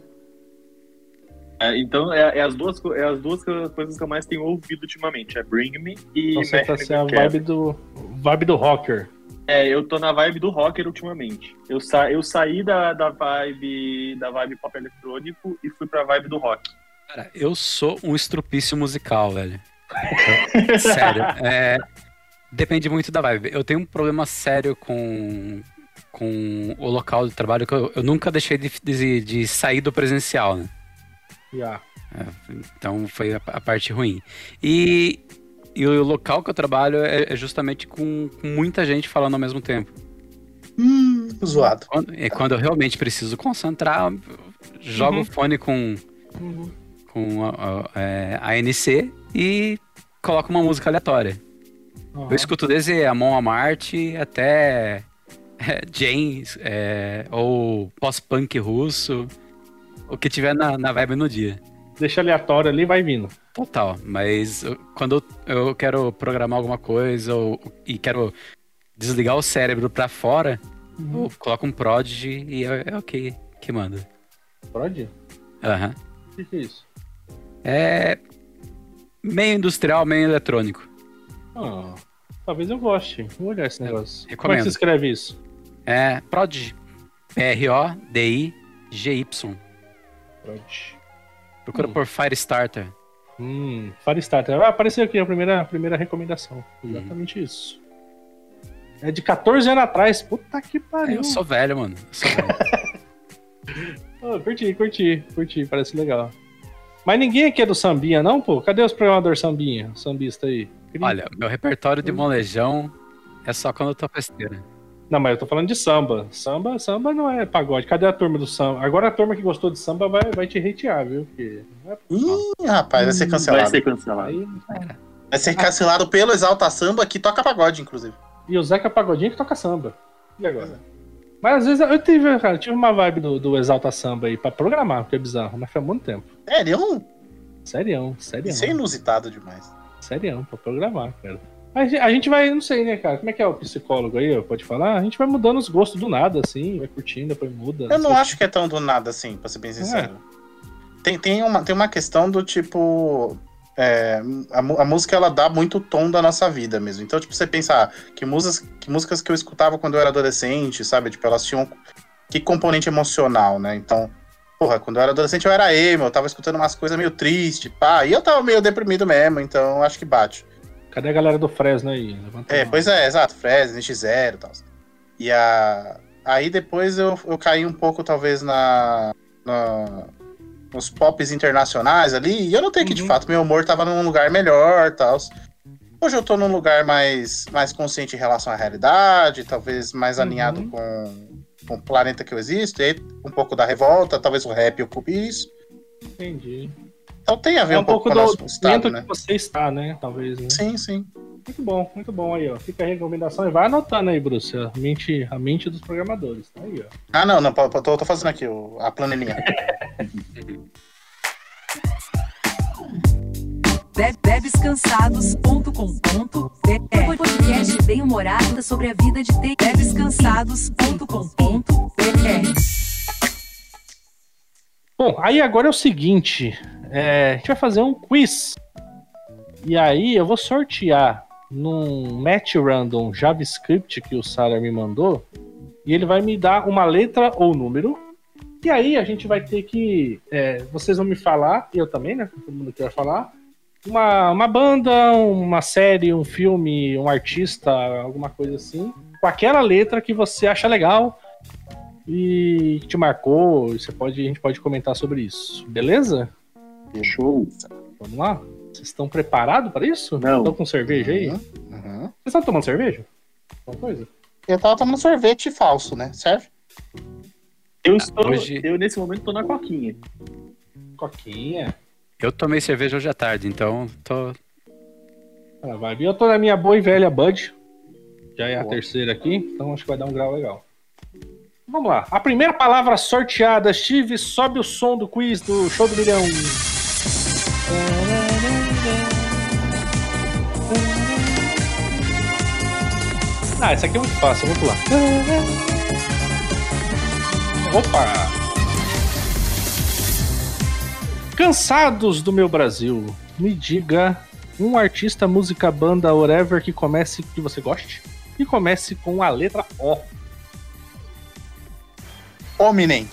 Então é as duas coisas que eu mais tenho ouvido ultimamente, é Bring Me e Então você tá Machine assim, a Gun Kelly. vibe do rocker. Eu tô na vibe do rocker ultimamente. Eu saí da vibe pop eletrônico e fui pra vibe do rock. Cara, eu sou um estrupício musical, velho. Sério. Depende muito da vibe. Eu tenho um problema sério com o local de trabalho, que eu nunca deixei de sair do presencial, né? Então foi a parte ruim. E o local que eu trabalho é justamente com muita gente falando ao mesmo tempo. Zoado. Quando eu realmente preciso concentrar, jogo o fone com a ANC e coloco uma música aleatória. Eu escuto desde Amon Amarth até James, ou pós-punk russo, o que tiver na vibe no dia. Deixa aleatório ali, vai vindo. Total, mas quando eu quero programar alguma coisa e quero desligar o cérebro pra fora, eu coloco um Prodigy e é o que manda. Prodigy? Aham. O que é isso? É meio industrial, meio eletrônico. Talvez eu goste. Vou olhar esse negócio. Recomendo. Como é que se escreve isso? Prodigy. Prodigy. Prodigy. Procura por Firestarter. Firestarter. Apareceu aqui a primeira recomendação. Exatamente isso. É de 14 anos atrás. Puta que pariu. Eu sou velho, mano. Curti. Parece legal. Mas ninguém aqui é do sambinha, não, pô? Cadê os programadores sambinha? Sambista aí? Olha, meu repertório de molejão é só quando eu tô festeira. Não, mas eu tô falando de samba. Samba não é pagode. Cadê a turma do samba? Agora a turma que gostou de samba vai te hatear, viu? Porque Rapaz, vai ser cancelado. Aí, Vai ser cancelado pelo Exalta Samba, que toca pagode, inclusive. E o Zeca Pagodinho que toca samba. E agora? Mas às vezes eu tive uma vibe do Exalta Samba aí pra programar, porque é bizarro, mas foi há muito tempo. Serião. Isso é inusitado demais. Serião, pra programar, cara. A gente vai, não sei, né, cara? Como é que é o psicólogo aí, pode falar? A gente vai mudando os gostos do nada, assim, vai curtindo, depois muda. Eu não acho que é tão do nada assim, pra ser bem sincero. Tem uma questão do tipo... a música, ela dá muito tom da nossa vida mesmo. Então, tipo, você pensar que músicas que eu escutava quando eu era adolescente, sabe? Tipo, elas tinham que componente emocional, né? Então, porra, quando eu era adolescente eu era emo, eu tava escutando umas coisas meio tristes, pá. E eu tava meio deprimido mesmo, então acho que bate. Cadê a galera do Fresno aí? Pois é, exato. Fresno, NX0 e tal. E aí depois eu caí um pouco, talvez, nos pops internacionais ali, e eu notei que, de fato, meu humor tava num lugar melhor e tal. Hoje eu tô num lugar mais consciente em relação à realidade, talvez mais alinhado com o planeta que eu existo, e aí um pouco da revolta, talvez o rap ocupe isso. Entendi. Então tem a ver um pouco com o nosso estado, né? Que você está, né? Talvez, né? Sim. Muito bom aí, ó. Fica a recomendação e vai anotando aí, Bruce, a mente dos programadores. Tá aí, ó. Não, tô fazendo aqui a planilhinha. Bebescansados.com.br Podcast bem humorado sobre a vida de bebescansados.com.br. Bom, aí agora é o seguinte, a gente vai fazer um quiz. E aí eu vou sortear num match random JavaScript que o Sara me mandou, e ele vai me dar uma letra ou número. E aí a gente vai ter que... vocês vão me falar, e eu também, né? Todo mundo aqui vai falar. Uma banda, uma série, um filme, um artista, alguma coisa assim. Com aquela letra que você acha legal. e que te marcou. A gente pode comentar sobre isso. Beleza? Show. Vamos lá? Vocês estão preparados para isso? Não. Estão com cerveja aí? Uhum. Vocês estão tomando cerveja? Alguma coisa? Eu tava tomando sorvete falso, né? Serve? Eu nesse momento tô na coquinha. Coquinha. Eu tomei cerveja hoje à tarde, então tô. Vai. Eu tô na minha boa e velha Bud. Já é a terceira aqui, então acho que vai dar um grau legal. Vamos lá. A primeira palavra sorteada. Steve, sobe o som do quiz do Show do Milhão. Essa aqui é muito fácil, vamos pular. Opa! Cansados do meu Brasil, me diga um artista, música, banda, whatever que você goste e comece com a letra O. Hominem.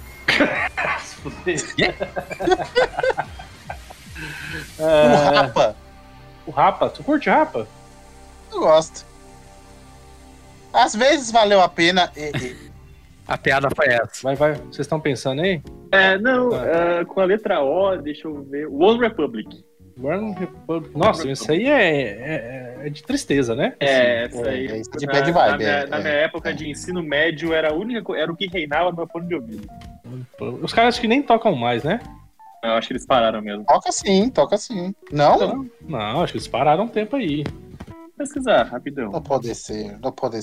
O Rapa. O Rapa? Tu curte Rapa? Eu gosto. Às vezes valeu a pena. A piada foi essa. Vai. Vocês estão pensando aí? Com a letra O, deixa eu ver. One Republic. One Republic. Nossa, isso aí é de tristeza, né? Essa aí. É isso de bad vibe. Na minha época de ensino médio, era o que reinava no meu fone de ouvido. Os caras que nem tocam mais, né? Eu acho que eles pararam mesmo. Toca sim. Não? Não, acho que eles pararam um tempo aí. Vou pesquisar, rapidão. Não pode ser.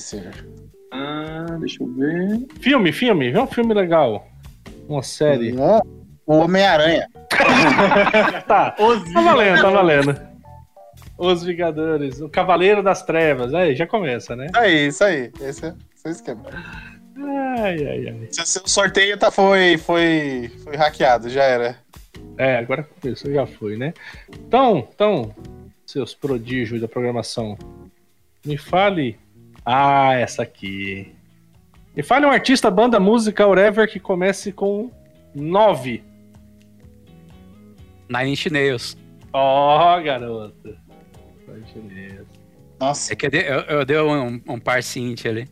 Deixa eu ver. Filme. Vê um filme legal. Uma série. O Homem-Aranha. Tá valendo. Os Vingadores. O Cavaleiro das Trevas. Aí, já começa, né? Isso aí. Esse é o esquema. Ai. Seu sorteio foi hackeado, já era. Agora começou, já foi, né? Então, seus prodígios da programação, me fale... essa aqui. Me fale um artista, banda, música, whatever, que comece com 9. Nine Inch Nails. Garoto. Nine Inch Nails. Nossa. É que eu dei um par cinte ali.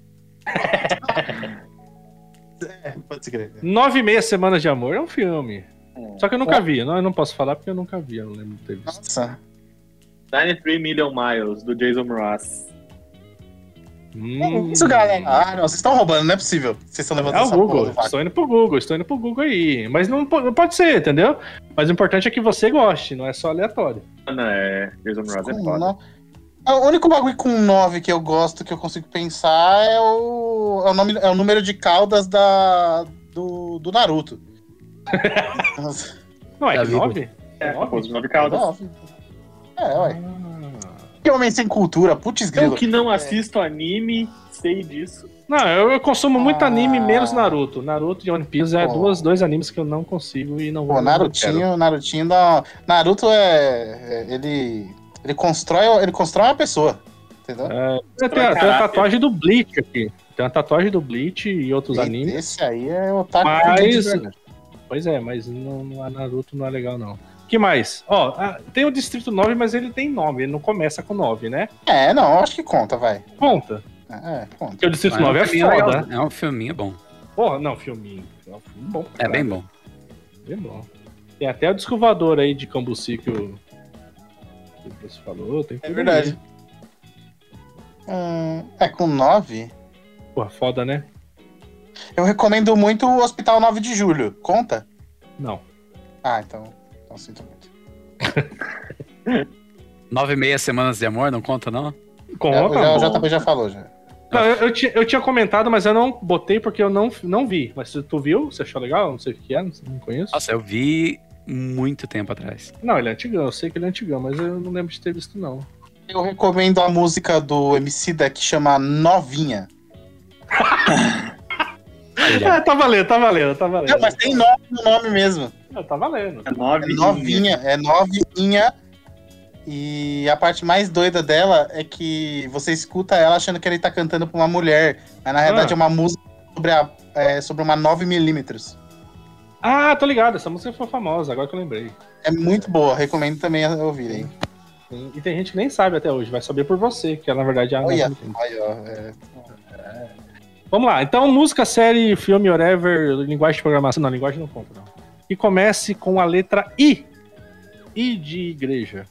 Pode se crer. 9,5 Semanas de Amor é um filme. Só que eu nunca vi. Eu não posso falar porque eu nunca vi. Eu não lembro de ter visto. Nossa. 93 Million Miles, do Jason Mraz. Isso, galera. Não, vocês estão roubando, não é possível. Vocês estão levantando essa Google. Estou indo pro Google aí. Mas não pode ser, entendeu? Mas o importante é que você goste, não é só aleatório. Jason Mraz é foda. O único bagulho com 9 que eu gosto, que eu consigo pensar, é o número de caudas do Naruto. Não é 9? É 9 caudas. Ué. Que homem sem cultura, putz grilo. Eu que não assisto anime, sei disso. Não, eu consumo muito anime, menos Naruto. Naruto e One Piece é dois animes que eu não consigo e não vou. Narutinho dá... Naruto ele constrói uma pessoa, entendeu? Tem a tatuagem do Bleach aqui. Tem uma tatuagem do Bleach e outros animes. Esse aí é o otaku. Pois é, mas Naruto não é legal, não. Que mais? Tem o Distrito 9, mas ele tem nome, ele não começa com 9, né? Não, acho que conta, vai. Conta. Conta. Porque o Distrito 9 é foda. É um filminho bom. Porra, não, filminho. É um filme bom. É bem bom. Bem bom. Tem até o Disco Voador aí de Cambuci que você falou. Tem é verdade. Com 9? Porra, foda, né? Eu recomendo muito o Hospital 9 de Julho. Conta? Não. Então sinto muito. 9,5 Semanas de Amor, não conta, não? Conta, o JP já falou, já. Não, eu tinha comentado, mas eu não botei porque eu não vi. Mas tu viu? Você achou legal? Não sei o que é, não conheço. Nossa, eu vi muito tempo atrás. Não, ele é antigão, eu sei que ele é antigão, mas eu não lembro de ter visto, não. Eu recomendo a música do Emicida que chama Novinha. Tá valendo. Não, mas tem 9 no nome mesmo. Tá valendo. É novinha. É novinha. E a parte mais doida dela é que você escuta ela achando que ele tá cantando pra uma mulher. Mas na realidade é uma música sobre uma 9mm. Tô ligado. Essa música foi famosa, agora que eu lembrei. É muito boa, recomendo também ouvirem. E tem gente que nem sabe até hoje, vai saber por você, que na verdade é a Olha, Vamos lá. Então, música, série, filme, whatever, linguagem de programação. Não, linguagem não conta, não. E comece com a letra I. I de igreja.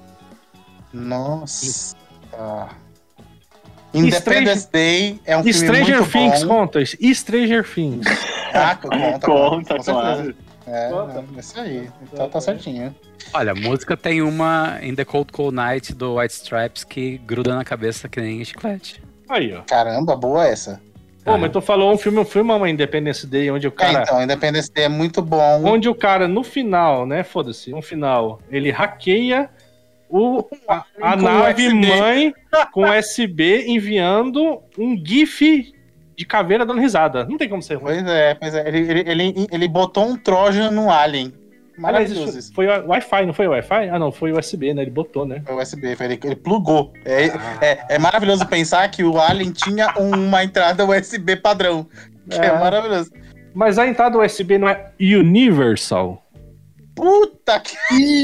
Nossa. Independence Day é um filme Stranger muito Things bom. conta. Stranger Things. Conta, claro. Conta. É isso aí. Então tá certinho. Olha, a música tem uma In the Cold Cold Night do White Stripes que gruda na cabeça que nem chiclete. Aí, ó. Caramba, boa essa. Pô, mas tu falou um filme é uma Independence Day, onde o cara... Então, Independence Day é muito bom. Onde o cara, no final, né, foda-se, no final, ele hackeia a nave USB. mãe com USB enviando um GIF de caveira dando risada. Não tem como ser ruim. Pois é. Ele botou um Trojan no Alien. Maravilhoso isso. Foi o Wi-Fi, não foi o Wi-Fi? Ah, não, foi o USB, né? Ele botou, né? Foi o USB, ele plugou. É maravilhoso pensar que o Alien tinha uma entrada USB padrão. Que é maravilhoso. Mas a entrada USB não é Universal. Puta que...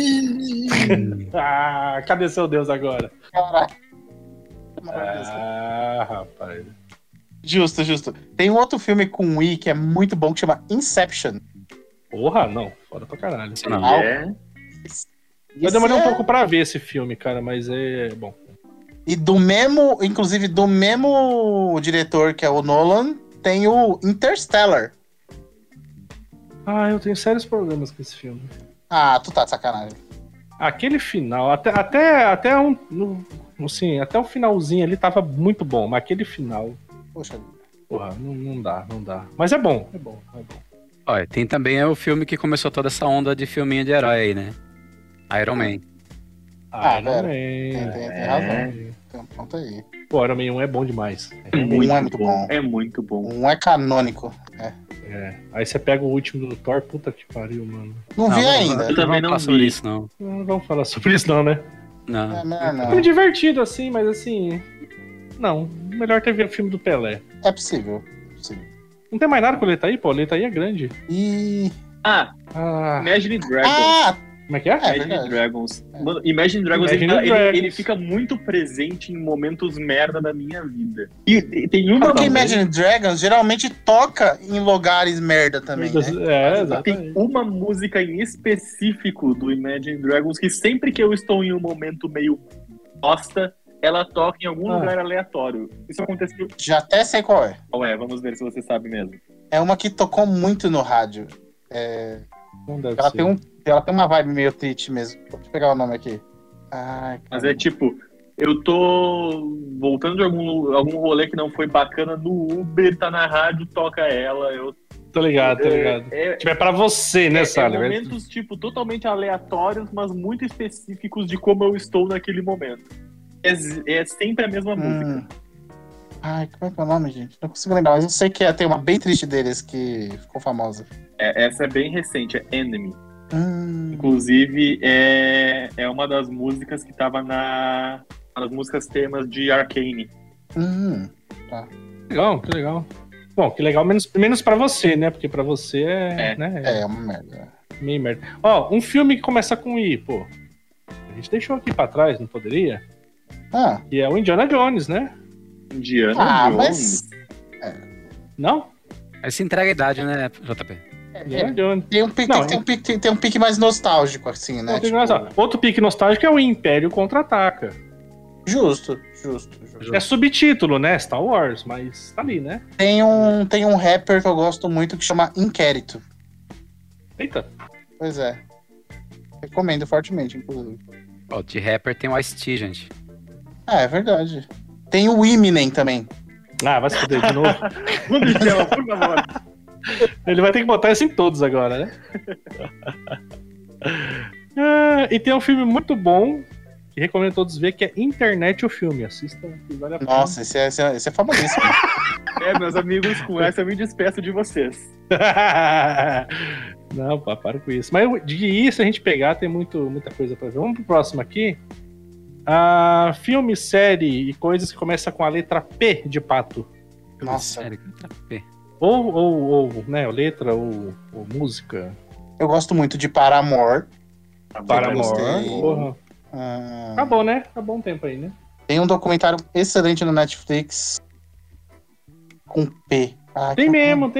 Ah, cadê seu Deus agora? Caraca. Maravilhoso. Ah, rapaz. Justo. Tem um outro filme com I que é muito bom, que chama Inception. Porra, não. Foda pra caralho. Não. Eu demorei um pouco pra ver esse filme, cara, mas é bom. E inclusive do mesmo diretor que é o Nolan, tem o Interstellar. Ah, eu tenho sérios problemas com esse filme. Ah, tu tá de sacanagem. Aquele final, até o finalzinho ali tava muito bom, mas aquele final, Poxa vida. porra, não dá. Mas é bom. Olha, tem também o filme que começou toda essa onda de filminho de herói aí, né? Iron Man. Iron Man. Tem razão. Tem um ponto aí. Pô, Iron Man 1 é bom demais. Um é muito bom. É muito bom. Um é canônico. Aí você pega o último do Thor, puta que pariu, mano. Não vi ainda. Eu também Não não vamos falar sobre vi. isso, não. Não vamos falar sobre isso não, né? Não. É melhor É não. divertido assim, mas assim... Não, melhor ter ver o filme do Pelé. É possível. Não tem mais nada com o Letaí, pô. O Letaí é grande. E... Ah, Ah, Imagine Dragons. Ah, como é que é? Imagine verdade. Dragons. Mano, Imagine Dragons, Imagine ele Dragons. fica muito presente em momentos merda da minha vida. E tem uma porque música- Imagine Dragons geralmente toca em lugares merda também, né? É, Tem exatamente. uma música em específico do Imagine Dragons que sempre que eu estou em um momento meio bosta, ela toca em algum lugar aleatório. Isso aconteceu. Já até sei qual é. Qual é? Vamos ver se você sabe mesmo. É uma que tocou muito no rádio. Não deve Ela ser. tem uma vibe meio triste mesmo. Deixa eu pegar o nome aqui. Ai, Mas é tipo, eu tô voltando de algum rolê que não foi bacana no Uber, tá na rádio, toca ela. Eu Tô ligado. Tipo, é pra você, né, Salles? momentos, tipo, totalmente aleatórios, mas muito específicos de como eu estou naquele momento. É sempre a mesma música. Ai, como é que é o nome, gente? Não consigo lembrar, mas eu sei que tem uma bem triste deles que ficou famosa. Essa é bem recente, é Enemy. Inclusive, é uma das músicas que tava nas músicas temas de Arcane. Legal, que legal. Bom, que legal, menos pra você, né? Porque pra você né, É uma merda. meio merda. Ó, um filme que começa com I, pô. A gente deixou aqui pra trás, não poderia? Ah, Que é o Indiana Jones, né? Indiana Jones. Não? Aí se entrega a idade, né, JP? Indiana Jones. tem um pique mais nostálgico, assim, né? Não, tem razão. Outro pique nostálgico é o Império Contra-Ataca. Justo. É subtítulo, né? Star Wars, mas tá ali, né? Tem um rapper que eu gosto muito que chama Inquérito. Eita. Pois é. Recomendo fortemente, inclusive. Ó, de rapper tem o Ice-T, gente. É verdade. Tem o Eminem também. Ah, vai se fuder de novo. Michel, por favor. Ele vai ter que botar isso em todos agora, né? E tem um filme muito bom que recomendo a todos ver, que é Internet o Filme. Assista, que vale a pena. Nossa, esse é famosíssimo. Meus amigos, com essa eu me despeço de vocês. Não, pá, para com isso. Mas de isso a gente pegar, tem muita coisa pra ver. Vamos pro próximo aqui. Filme, série e coisas que começam com a letra P de pato. Nossa. Sério, que letra P? Ou né, letra ou música. Eu gosto muito de Paramore. Paramore. gostei. Porra. Acabou, né? Acabou um tempo aí, né? Tem um documentário excelente no Netflix. Com P. Ah, Tem mesmo.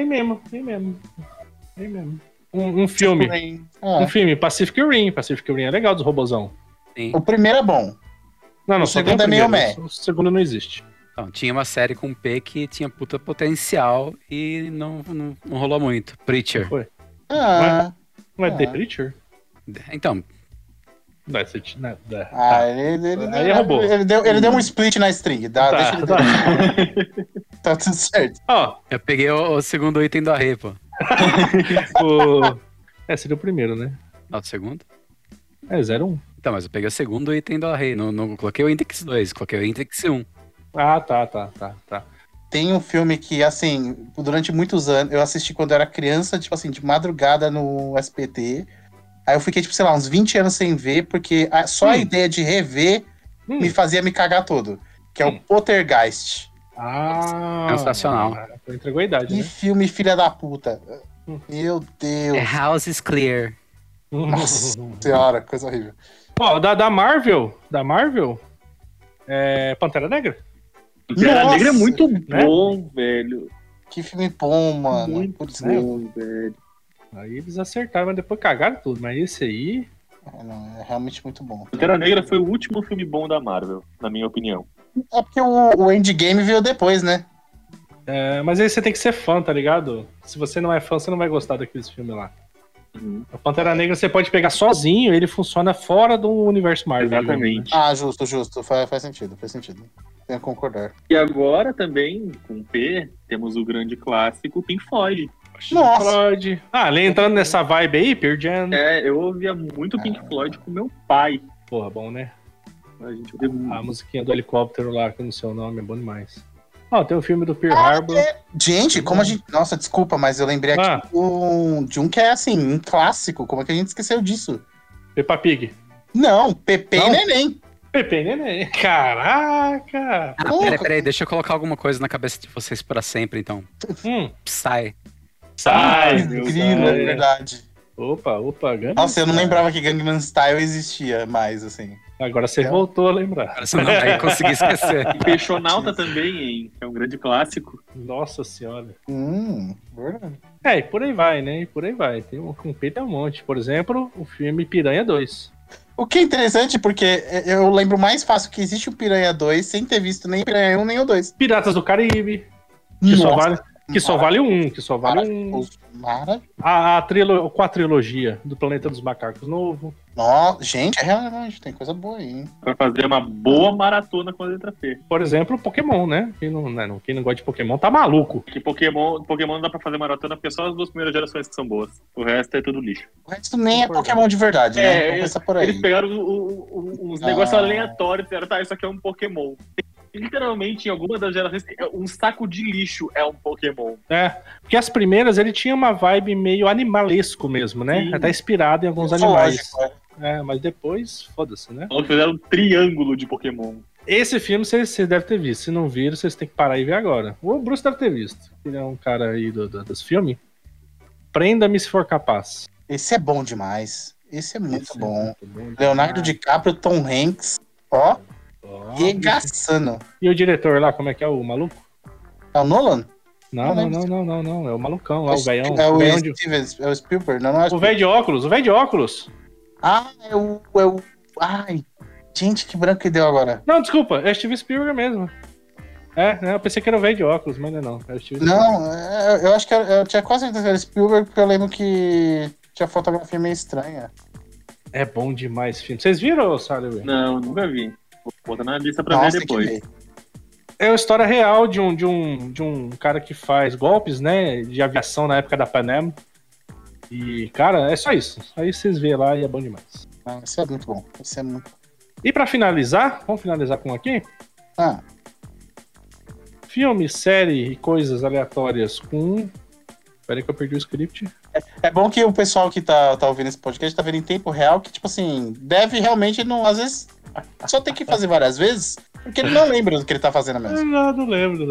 Um filme. Um filme, Pacific Rim. Pacific Rim é legal, dos robozão. Sim. O primeiro é bom. Não, O só tem segundo é meio primeiro. O segundo não existe. Então, tinha uma série com P que tinha puta potencial e não rolou muito. Preacher. Foi. Ah, Não é The Preacher? Então, Não é ele Aí roubou. Ele deu um split na string. Deixa ele tá. Tá tudo certo. Ó, eu peguei o segundo item do arre, pô. seria o primeiro, né? Não, o segundo? É 01. Então, mas eu peguei o segundo item do arre. Não coloquei o index 2, coloquei o index 1. Ah, tá. Tem um filme que, assim, durante muitos anos, eu assisti quando eu era criança, tipo assim, de madrugada no SBT. Aí eu fiquei, tipo, sei lá, uns 20 anos sem ver, porque só a ideia de rever me fazia me cagar todo. Que é o Poltergeist. Ah, Sensacional. Entregou a idade, Que né? filme filha da puta. Meu Deus. É House is Clear. Nossa senhora, coisa horrível. Ó, da Marvel, Pantera Negra. Pantera Nossa, Negra é muito né? bom, velho. Que filme bom, mano. Muito Putz, bom, velho. Aí eles acertaram, mas depois cagaram tudo. Mas esse aí... é realmente muito bom. Pantera Negra foi o último filme bom da Marvel, na minha opinião. É porque o Endgame veio depois, né? Mas aí você tem que ser fã, tá ligado? Se você não é fã, você não vai gostar daqueles filmes lá. A Pantera Negra você pode pegar sozinho, ele funciona fora do universo Marvel. Exatamente. Digamos, né? Justo. Faz sentido. Tenho que concordar. E agora também, com P, temos o grande clássico Pink Floyd. Nossa! Floyd. Entrando nessa vibe aí, Pearl Jam. Eu ouvia muito Pink Floyd com meu pai. Porra, bom, né? A gente ouvia muito. A musiquinha do helicóptero lá, que eu não sei o nome, é bom demais. Ó, tem o filme do Pearl Harbor. Gente, como a gente... Nossa, desculpa, mas eu lembrei aqui de um que é, assim, um clássico. Como é que a gente esqueceu disso? Peppa Pig. Não, Pepe e Neném. Pepe e Neném. Caraca! Peraí, deixa eu colocar alguma coisa na cabeça de vocês pra sempre, então. Psy. Sai, Incrível, é verdade. Opa, Gangnam Nossa, eu não Style. lembrava que Gangnam Style existia mais, assim. Agora você voltou a lembrar. Agora você não vai conseguir esquecer. E Peixonauta também, hein? É um grande clássico. Nossa senhora. Verdade. E por aí vai, né? Tem com P tem um monte. Por exemplo, o filme Piranha 2. O que é interessante, porque eu lembro mais fácil que existe o Piranha 2 sem ter visto nem o Piranha 1 nem o 2. Piratas do Caribe. Que só vale um. Maravilhoso. Com a trilogia do Planeta dos Macacos novo. Nossa, gente, é realmente, tem coisa boa aí, hein? Pra fazer uma boa maratona com a letra P. Por exemplo, Pokémon, né? Quem não gosta de Pokémon tá maluco. Que Pokémon não dá pra fazer maratona porque é só as duas primeiras gerações que são boas. O resto é tudo lixo. O resto nem é Pokémon de verdade, né? Vamos começar por aí. Eles pegaram uns negócios aleatórios e disseram, isso aqui é um Pokémon. Literalmente, em alguma das gerações, um saco de lixo é um Pokémon. Porque as primeiras ele tinha uma vibe meio animalesco mesmo, né? Sim. Até inspirado em alguns animais. Mas depois, foda-se, né? Eles fizeram um triângulo de Pokémon. Esse filme vocês devem ter visto. Se não viram, vocês têm que parar e ver agora. O Bruce deve ter visto. Ele é um cara aí dos filmes. Prenda-me se for capaz. Esse é bom demais. Esse é muito bom. Leonardo DiCaprio, Tom Hanks. Ó. Regaçando. E o diretor lá, como é que é o maluco? É o Nolan? Não. É o malucão lá, o velhão. É o Spielberg, não é o velho de óculos. Ah, é o... Ai, gente, que branco que deu agora. Não, desculpa, é Steven Spielberg mesmo. Eu pensei que era o velho de óculos, mas não. É o Steven Spielberg. Eu acho que eu tinha quase certeza que era Spielberg, porque eu lembro que tinha fotografia meio estranha. É bom demais esse filme. Vocês viram, Salve? Não, nunca vi. Vou botar na lista pra ver depois. É uma história real de um cara que faz golpes, né, de aviação na época da Pan Am. E, cara, é só isso. Aí vocês vê lá e é bom demais. Isso é muito bom. E pra finalizar, vamos finalizar com aqui? Filme, série e coisas aleatórias com... Peraí que eu perdi o script. É bom que o pessoal que tá ouvindo esse podcast tá vendo em tempo real que, tipo assim, deve realmente, não, às vezes, só tem que fazer várias vezes, porque ele não lembra do que ele tá fazendo mesmo. Não lembro.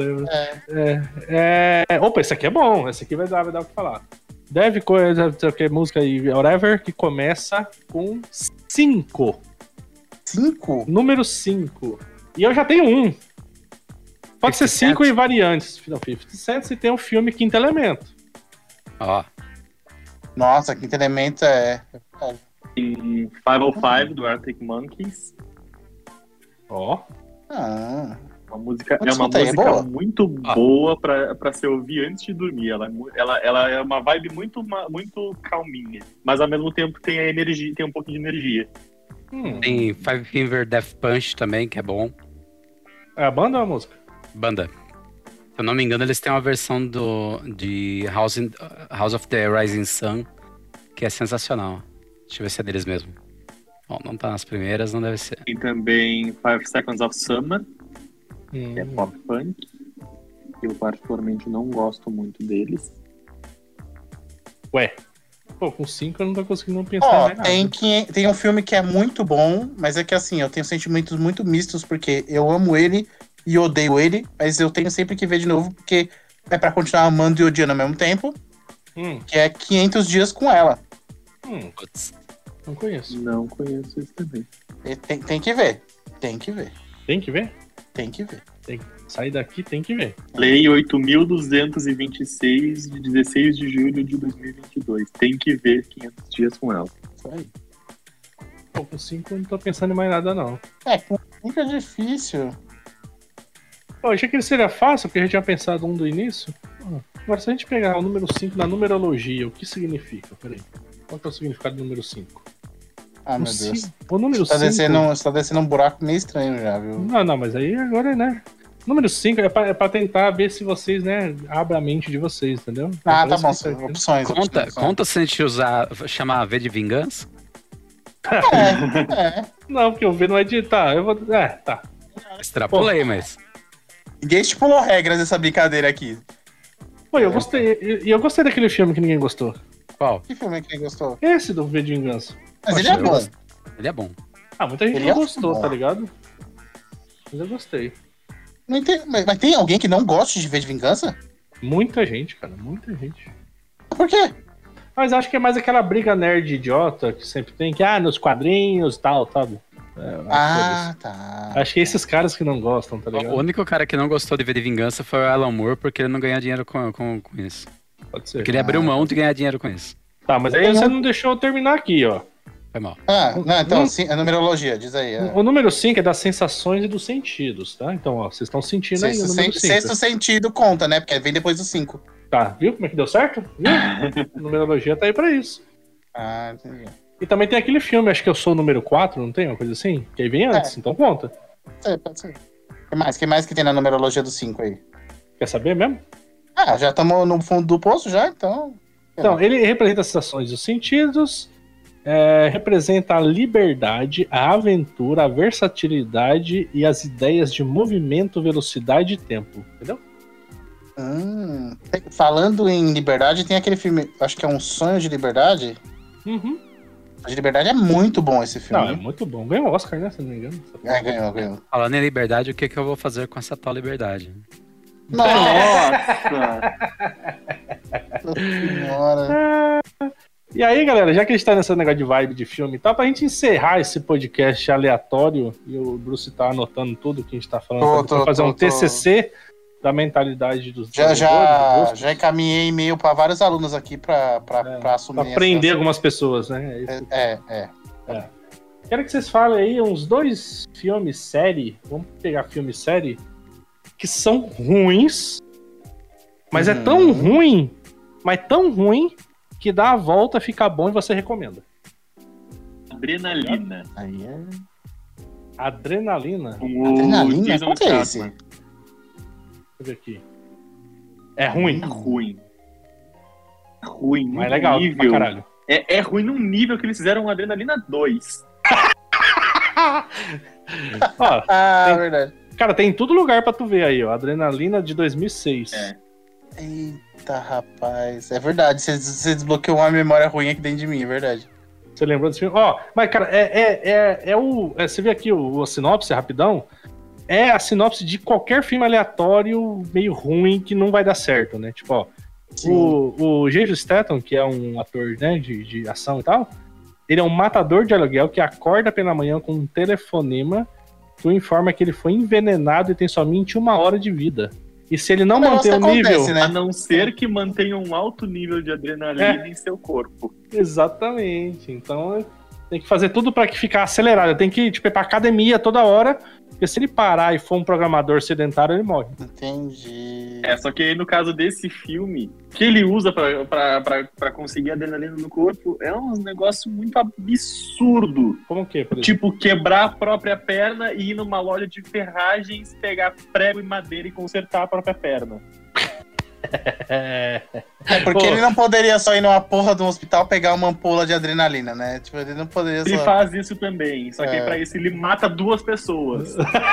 Opa, esse aqui é bom. Esse aqui vai dar o que falar. Deve coisa, música e whatever, que começa com 5. 5? Número 5. E eu já tenho um. Pode ser 50 5 e Cent. variantes. Não, 50 Cent e tem o filme Quinto Elemento. Ó, Nossa, Quinto Elemento é. Tem 505 do Arctic Monkeys. Ó. Ah, Uma música, Pode é uma escutar aí, é música boa? muito boa pra se ouvir antes de dormir. Ela é uma vibe muito calminha, mas ao mesmo tempo tem a energia, tem um pouquinho de energia. tem Five Finger Death Punch também, que é bom. É a banda ou a música? Banda. Se eu não me engano, eles têm uma versão de House of the Rising Sun, que é sensacional. Deixa eu ver se é deles mesmo. Bom, não tá nas primeiras, não deve ser. Tem também 5 Seconds of Summer, que é pop punk. Eu particularmente não gosto muito deles. Ué. Pô, com 5 eu não tô conseguindo pensar em Ó, mais nada. tem um filme que é muito bom, mas é que assim, eu tenho sentimentos muito mistos, porque eu amo ele e odeio ele, mas eu tenho sempre que ver de novo, porque é pra continuar amando e odiando ao mesmo tempo, que é 500 Dias com Ela. Putz. Não conheço. Não conheço esse também. E tem que ver. Tem que ver. Tem que ver? Tem que ver. Sair daqui tem que ver. Lei 8.226, de 16 de julho de 2022. Tem que ver 500 Dias com Ela. Isso aí. Pô, com 5 eu não tô pensando em mais nada, não. Com 5 é difícil. Pô, achei que ele seria fácil, porque a gente tinha pensado um do início. Agora, se a gente pegar o número 5 na numerologia, o que significa? Peraí. Qual que é o significado do número 5? Ah, meu Deus. O número Você 5... tá descendo um buraco meio estranho já, viu? Não, mas aí agora, né? Número 5 é pra tentar ver se vocês, né, abrem a mente de vocês, entendeu? Ah, tá Parece bom. que Opções. Conta se a gente chamar V de vingança? Não, porque o V não é de... Tá, eu vou... tá. Extrapolei, mas... Ninguém estipulou regras dessa brincadeira aqui. Pô, eu gostei. E eu gostei daquele filme que ninguém gostou. Qual? Que filme é que ele gostou? Esse do V de Vingança. Mas ele é eu bom. gosto. Ele é bom. Ah, muita gente Ele não é gostou, bom. tá ligado? Mas eu gostei. Mas tem alguém que não goste de ver de vingança? Muita gente, cara, muita gente. Por quê? Mas acho que é mais aquela briga nerd idiota que sempre tem, que, nos quadrinhos e tal, sabe? Tá. Acho que é esses caras que não gostam, tá ligado? O único cara que não gostou de V de vingança foi o Alan Moore, porque ele não ganha dinheiro com isso. Pode ser. Porque ele abriu mão de ganhar dinheiro com isso. Tá, mas aí você não deixou eu terminar aqui, ó. Foi mal. Não, então, sim, a numerologia, diz aí. O número 5 é das sensações e dos sentidos, tá? Então, ó, vocês estão sentindo aí o número 5. Sexto sentido conta, né? Porque vem depois do 5. Tá, viu como é que deu certo? Viu? A numerologia tá aí pra isso. Ah, entendi. E também tem aquele filme, acho que eu sou o número 4, não tem? Uma coisa assim? Que aí vem antes, então conta. Pode ser. O que mais que tem na numerologia do 5 aí? Quer saber mesmo? Já estamos no fundo do poço já, então... Então, ele representa as sensações dos sentidos, representa a liberdade, a aventura, a versatilidade e as ideias de movimento, velocidade e tempo, entendeu? Falando em liberdade, tem aquele filme, acho que é Um Sonho de Liberdade. Uhum. De Liberdade é muito bom esse filme. Não, é muito bom. Ganhou o Oscar, né? Se não me engano. Ganhou. Falando em liberdade, o que eu vou fazer com essa tal liberdade? Nossa! Senhora. E aí, galera, já que a gente tá nesse negócio de vibe de filme e tal, pra gente encerrar esse podcast aleatório, e o Bruce tá anotando tudo que a gente tá falando, pra fazer um TCC da mentalidade dos Já encaminhei e-mail pra vários alunos aqui pra assumir. Pra prender algumas pessoas, né? Quero que vocês falem aí uns 2 filmes série, vamos pegar filme série, que são ruins, mas é tão ruim, que dá a volta, fica bom e você recomenda. Adrenalina. Aí é... Adrenalina? Adrenalina? Qual que é esse? Deixa eu ver aqui. É ruim. Ruim. Mas é legal, pra caralho. É ruim num nível que eles fizeram um Adrenalina 2. Ó, verdade. Cara, tem em todo lugar pra tu ver aí, ó. Adrenalina de 2006. Eita, rapaz. É verdade, você desbloqueou uma memória ruim aqui dentro de mim, é verdade. Você lembrou desse filme? Ó, mas, cara, você vê aqui a sinopse, rapidão. É a sinopse de qualquer filme aleatório meio ruim que não vai dar certo, né? Tipo, ó, o Jason Statham, que é um ator, né, de ação e tal, ele é um matador de aluguel que acorda pela manhã com um telefonema que o informa que ele foi envenenado e tem somente 1 hora de vida. E se ele não O negócio manter o nível... acontece, né? A não ser que mantenha um alto nível de adrenalina em seu corpo. Exatamente. Então tem que fazer tudo pra que ficar acelerado. Tem que tipo, ir pra academia toda hora, porque se ele parar e for um programador sedentário, ele morre. Entendi. Só que aí no caso desse filme, que ele usa pra conseguir adrenalina no corpo, é um negócio muito absurdo. Como que, por exemplo? Tipo, quebrar a própria perna e ir numa loja de ferragens, pegar prego e madeira e consertar a própria perna. É porque ele não poderia só ir numa porra de um hospital pegar uma ampola de adrenalina, né? Tipo, ele não poderia Ele só... faz isso também, só que pra isso ele mata 2 pessoas.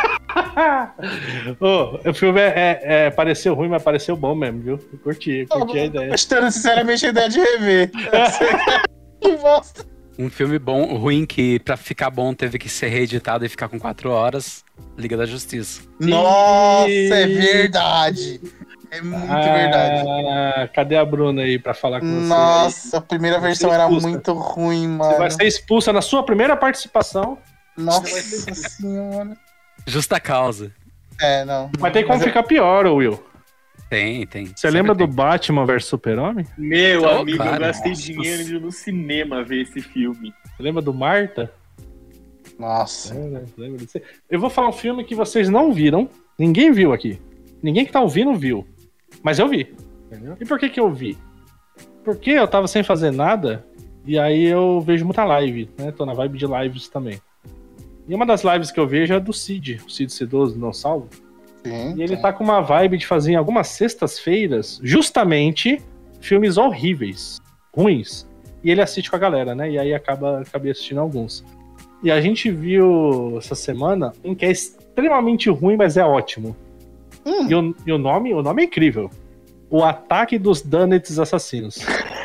O filme pareceu ruim, mas pareceu bom mesmo, viu? Eu curti a ideia. Gostando sinceramente a ideia de rever. Que bosta. Um filme bom, ruim, que pra ficar bom teve que ser reeditado e ficar com 4 horas. Liga da Justiça. Nossa, é verdade. É muito verdade. Cadê a Bruna aí pra falar com você? Nossa, a primeira versão era muito ruim, mano. Você vai ser expulsa na sua primeira participação. Nossa senhora. Justa causa. Não. Mas tem como ficar pior, Will. Tem. Você lembra do Batman vs Super-Homem? Meu amigo, cara, eu gastei nossa. dinheiro indo no cinema ver esse filme. Você lembra do Marta? Nossa. Lembra disso? Eu vou falar um filme que vocês não viram. Ninguém viu aqui. Ninguém que tá ouvindo viu. Mas eu vi. Entendeu? E por que eu vi? Porque eu tava sem fazer nada. E aí eu vejo muita live, né? Tô na vibe de lives também. E uma das lives que eu vejo é do Cid. O Cid Cidoso, não salvo. Sim, E ele tá com uma vibe de fazer em algumas sextas-feiras, justamente, filmes horríveis, ruins. E ele assiste com a galera, né? E aí acabei assistindo alguns. E a gente viu essa semana um que é extremamente ruim, mas é ótimo. E o nome é incrível. O Ataque dos Dunnets Assassinos.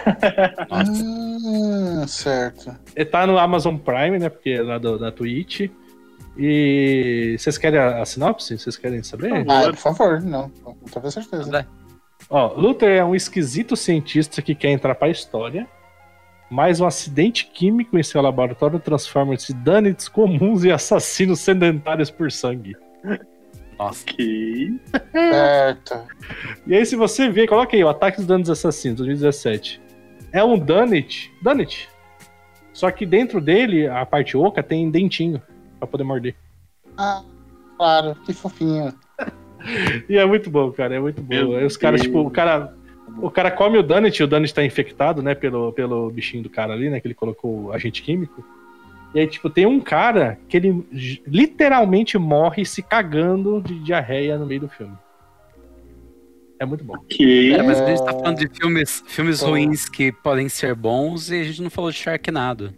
Certo. Ele tá no Amazon Prime, né? Porque é lá da Twitch. E vocês querem a sinopse? Vocês querem saber? Por favor, não. Com toda certeza. Ó, Luther é um esquisito cientista que quer entrar pra história, mas um acidente químico em seu laboratório transforma-se em Dunnets comuns e assassinos sedentários por sangue. Nossa. Ok. Certo. E aí, se você ver, coloca aí, o Ataque dos Dunnets Assassinos, 2017. É um Dunnet. Só que dentro dele, a parte oca tem dentinho pra poder morder. Ah, claro, que fofinho. E é muito bom, cara, é muito bom. Aí os caras, tipo, o cara come o Dunnet tá infectado, né, pelo bichinho do cara ali, né, que ele colocou o agente químico. E aí, tipo, tem um cara que ele literalmente morre se cagando de diarreia no meio do filme. É muito bom. Mas a gente tá falando de filmes ruins que podem ser bons e a gente não falou de Sharknado.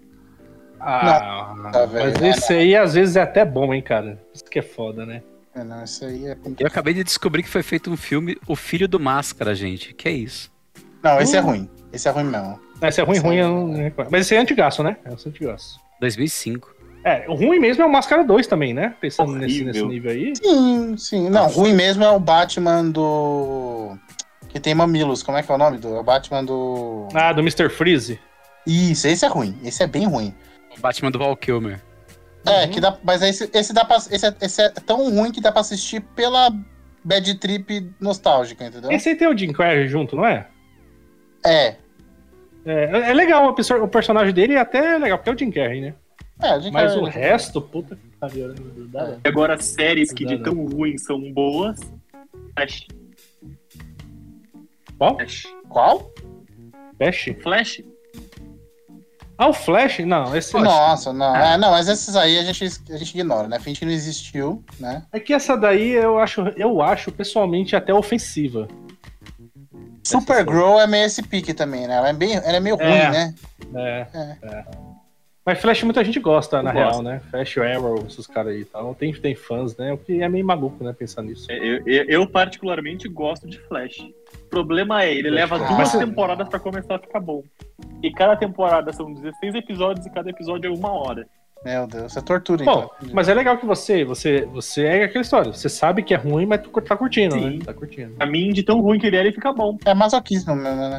Mas esse aí às vezes é até bom, hein, cara. Isso que é foda, né? Não, isso aí é... Eu acabei de descobrir que foi feito um filme, O Filho do Máscara, gente. Que é isso? Não, esse é ruim. Esse é ruim mesmo. Esse é ruim, eu não recordo. Mas esse é antigaço, né? É o antigaço. 2005. O ruim mesmo é o Máscara 2 também, né? Pensando nesse nível aí. Sim. Não, ruim mesmo é o Batman do... Que tem mamilos. Como é que é o nome? O Batman do... Do Mr. Freeze. Isso, esse é ruim. Esse é bem ruim. O Batman do Val Kilmer. Que dá... Mas esse é tão ruim que dá pra assistir pela bad trip nostálgica, entendeu? Esse aí tem o Jim Carrey junto, não é? É legal, o personagem dele é até legal, porque é o Jim Carrey, né? Mas o resto, puta que pariu. E agora, séries que de tão ruins são boas. Flash. Qual? Flash? O Flash? Não, esse... Nossa, não. Não, mas esses aí a gente ignora, né? Finge que não existiu, né? É que essa daí eu acho pessoalmente até ofensiva. Supergirl é meio esse pique também, né? Ela é meio ruim, né? Mas Flash muita gente gosta, na real, né? Flash, Arrow, esses caras aí e tal. Tem fãs, né? O que é meio maluco, né? Pensar nisso. Eu particularmente gosto de Flash. O problema é, ele leva 2 temporadas pra começar a ficar bom. E cada temporada são 16 episódios e cada episódio é 1 hora. Meu Deus, é tortura, então. Bom, mas é legal que você é aquela história. Você sabe que é ruim, mas tu tá curtindo, Sim. Né? Tá curtindo. A mim, de tão ruim que ele fica bom. É masoquismo mesmo, né?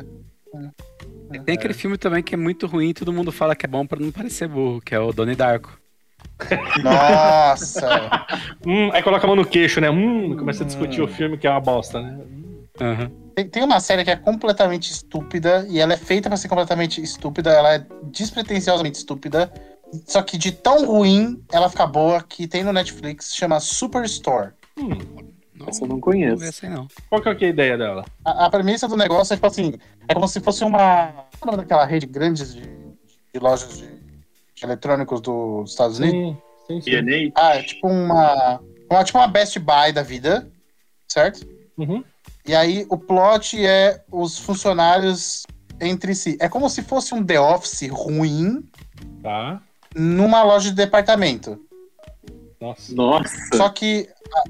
Tem aquele filme também que é muito ruim e todo mundo fala que é bom pra não parecer burro, que é o Donnie Darko. Nossa! Aí coloca a mão no queixo, né? Começa a discutir o filme, que é uma bosta, né? Tem uma série que é completamente estúpida, e ela é feita pra ser completamente estúpida, ela é despretensiosamente estúpida, só que de tão ruim, ela fica boa, que tem no Netflix, chama Superstore. Essa eu não conheço. Não vou ver essa aí, não. Qual que é a ideia dela? A premissa do negócio é tipo assim, é como se fosse uma... Qual é o nome daquela rede grande de lojas de eletrônicos dos Estados Unidos? Sim. DNA? É tipo tipo uma Best Buy da vida, certo? Uhum. E aí o plot é os funcionários entre si. É como se fosse um The Office ruim Tá. numa loja de departamento. Nossa. Só que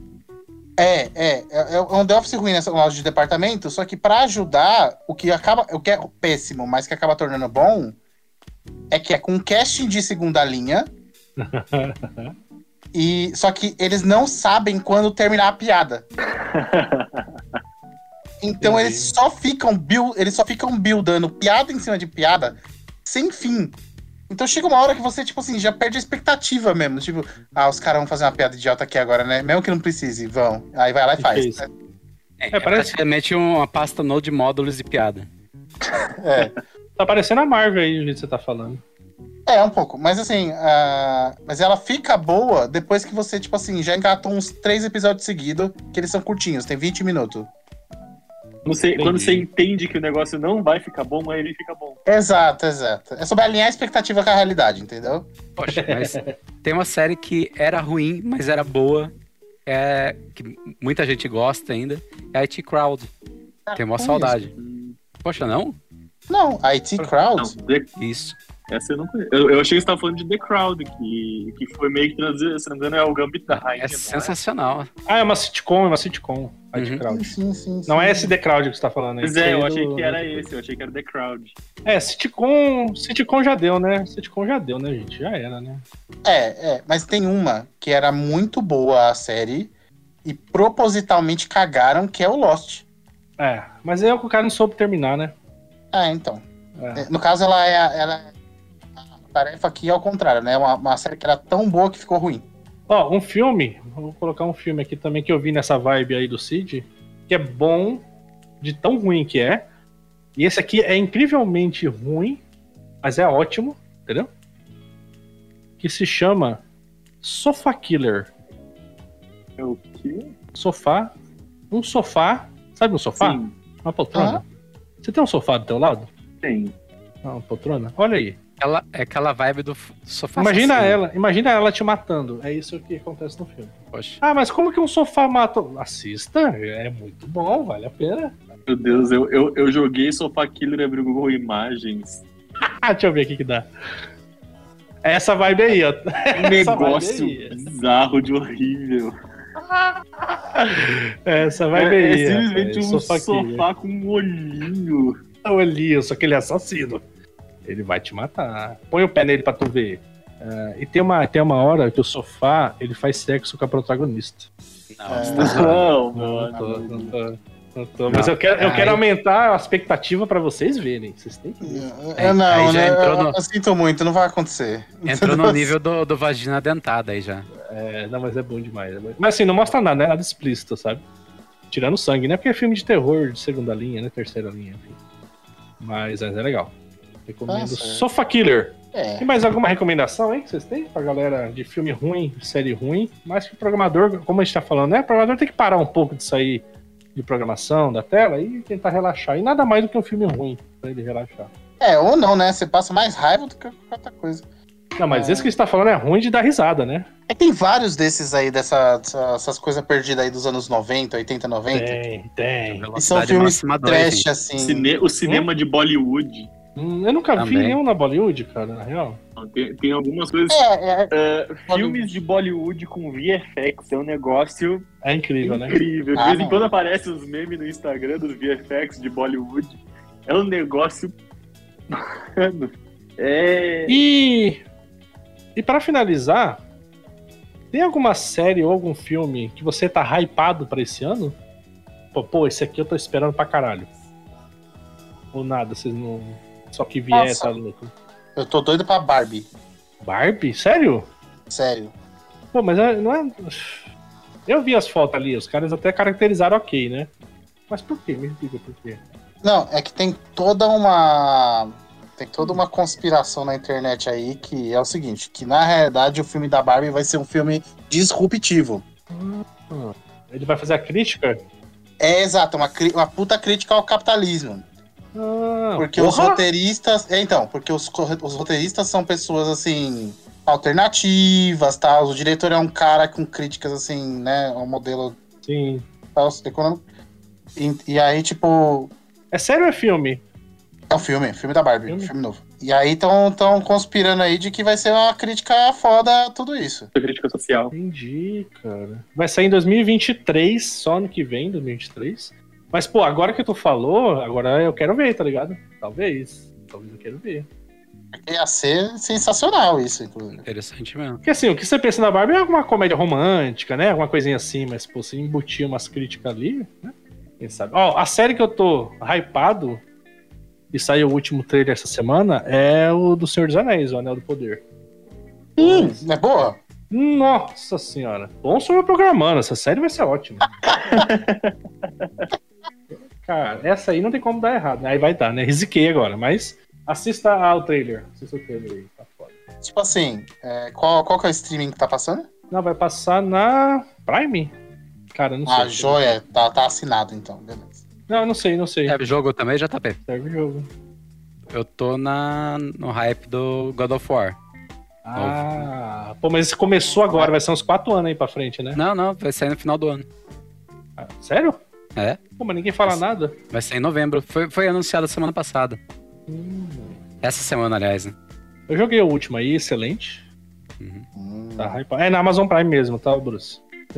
é um The Office ruim nessa loja de departamento, só que pra ajudar, o que é péssimo, mas que acaba tornando bom, é que é com casting de segunda linha. Só que eles não sabem quando terminar a piada. Então eles só ficam buildando piada em cima de piada sem fim. Então chega uma hora que você, tipo assim, já perde a expectativa mesmo. Tipo, os caras vão fazer uma piada idiota aqui agora, né? Mesmo que não precise, vão. Aí vai lá e faz. Né? É praticamente uma pasta Node módulos de piada. Tá parecendo a Marvel aí, do jeito que você tá falando. É, um pouco. Mas assim, mas ela fica boa depois que você, tipo assim, já engatou uns 3 episódios seguidos, que eles são curtinhos, tem 20 minutos. Quando você entende que o negócio não vai ficar bom, mas ele fica bom. Exato. É sobre alinhar a expectativa com a realidade, entendeu? Poxa, mas tem uma série que era ruim, mas era boa, que muita gente gosta ainda, é a IT Crowd. Tem uma saudade. Poxa, não? Não, IT Crowd? Não, Isso. Essa eu não conheço. Eu achei que você tava falando de The Crowd, que foi meio que traduzido, se não me engano, é o Gambito da Rainha. É sensacional. É uma sitcom. IT Crowd. Sim. Não é esse The Crowd que você tá falando aí. Pois é, eu achei que era esse, eu achei que era The Crowd. Sitcom já deu, né? Sitcom já deu, né, gente? Já era, né? Mas tem uma que era muito boa a série e propositalmente cagaram, que é o Lost. Mas é o que o cara não soube terminar, né? Então. No caso, ela a tarefa aqui é ao contrário, né? Uma série que era tão boa que ficou ruim. Um filme, vou colocar um filme aqui também que eu vi nessa vibe aí do Cid, que é bom, de tão ruim que é. E esse aqui é incrivelmente ruim, mas é ótimo, entendeu? Que se chama Sofa Killer. É o quê? Sofá. Um sofá. Sabe um sofá? Sim. Uma poltrona. Você tem um sofá do teu lado? Tem. Uma poltrona? Olha aí. É aquela vibe do sofá. Imagina ela te matando. É isso que acontece no filme. Poxa. Mas como que um sofá mata? Assista, é muito bom, vale a pena. Meu Deus, eu joguei Sofa Killer e abri o Google Imagens. Deixa eu ver o que dá. Essa vibe aí, ó. Negócio bizarro de horrível. Essa vibe aí. É simplesmente um sofá com um olhinho. Olhinho, só que ele é assassino. Ele vai te matar. Põe o pé nele pra tu ver. E tem uma hora que o sofá, ele faz sexo com a protagonista. Não tô. Mas eu quero aumentar a expectativa pra vocês verem. Vocês têm que ver. Eu sinto muito, não vai acontecer. Entrou no nível do vagina dentada aí já. Não, mas é bom demais. Mas assim, não mostra nada, não é nada explícito, sabe? Tirando sangue, né? Porque é filme de terror de segunda linha, né? Terceira linha, enfim. Mas é legal. Recomendo Sofa Killer. Tem mais alguma recomendação aí que vocês têm pra galera de filme ruim, série ruim? Mais que o programador, como a gente tá falando, né? O programador tem que parar um pouco de sair de programação da tela e tentar relaxar. E nada mais do que um filme ruim pra ele relaxar. Ou não, né? Você passa mais raiva do que qualquer outra coisa. Não, mas esse que você tá falando é ruim de dar risada, né? Tem vários desses aí, dessas coisas perdidas aí dos anos 90, 80, 90. Tem. E são filmes trash, assim. O cinema de Bollywood. Eu nunca vi nenhum na Bollywood, cara, na real. Tem algumas coisas. Filmes de Bollywood com VFX é um negócio. É incrível, né? Incrível. De vez em quando aparecem os memes no Instagram dos VFX de Bollywood. É um negócio. Mano. E pra finalizar, tem alguma série ou algum filme que você tá hypado pra esse ano? Pô, esse aqui eu tô esperando pra caralho. Ou nada, vocês não. Só que vier, tá louco. Eu tô doido pra Barbie. Barbie? Sério? sério. Pô, mas não é... Eu vi as fotos ali, os caras até caracterizaram ok, né? Mas por quê? Me diga por quê. Não, é que tem toda uma conspiração na internet aí que é o seguinte, que na realidade o filme da Barbie vai ser um filme disruptivo. Ele vai fazer a crítica? É, exato, uma puta crítica ao capitalismo. Porque os roteiristas... porque os roteiristas são pessoas, assim, alternativas, tal. O diretor é um cara com críticas, assim, né, um modelo... Sim. Tal, econômico. E aí, tipo... É sério ou é filme? É um filme da Barbie, filme novo. E aí estão conspirando aí de que vai ser uma crítica foda a tudo isso. Crítica social. Entendi, cara. Vai sair em 2023, só ano que vem, 2023. Mas, pô, agora que tu falou, agora eu quero ver, tá ligado? Talvez eu quero ver. Ia ser sensacional isso, inclusive. Interessante mesmo. Porque assim, o que você pensa na Barbie é alguma comédia romântica, né? Alguma coisinha assim, mas, pô, se embutir umas críticas ali, né? Quem sabe? Ó, a série que eu tô hypado, e saiu o último trailer essa semana, é o do Senhor dos Anéis, o Anel do Poder. É boa? Nossa senhora. Bom sobre programando, essa série vai ser ótima. Cara, essa aí não tem como dar errado, né? Aí vai dar, né? Risiquei agora, mas assista ao trailer. Assista o trailer aí, tá foda. Tipo assim, qual que é o streaming que tá passando? Não, vai passar na Prime? Cara, não sei. Ah, joia. Tá assinado, então. Beleza. Não, não sei. Serve jogo também, JP? Serve jogo. Eu tô no hype do God of War. Ah, pô, mas esse começou agora, vai ser uns 4 anos aí pra frente, né? Não, vai sair no final do ano. Ah, sério? É. Pô, mas ninguém fala nada. Vai sair em novembro. Foi anunciado semana passada. Essa semana, aliás, né? Eu joguei o último aí, excelente. Tá hypado. É na Amazon Prime mesmo, tá, Bruce?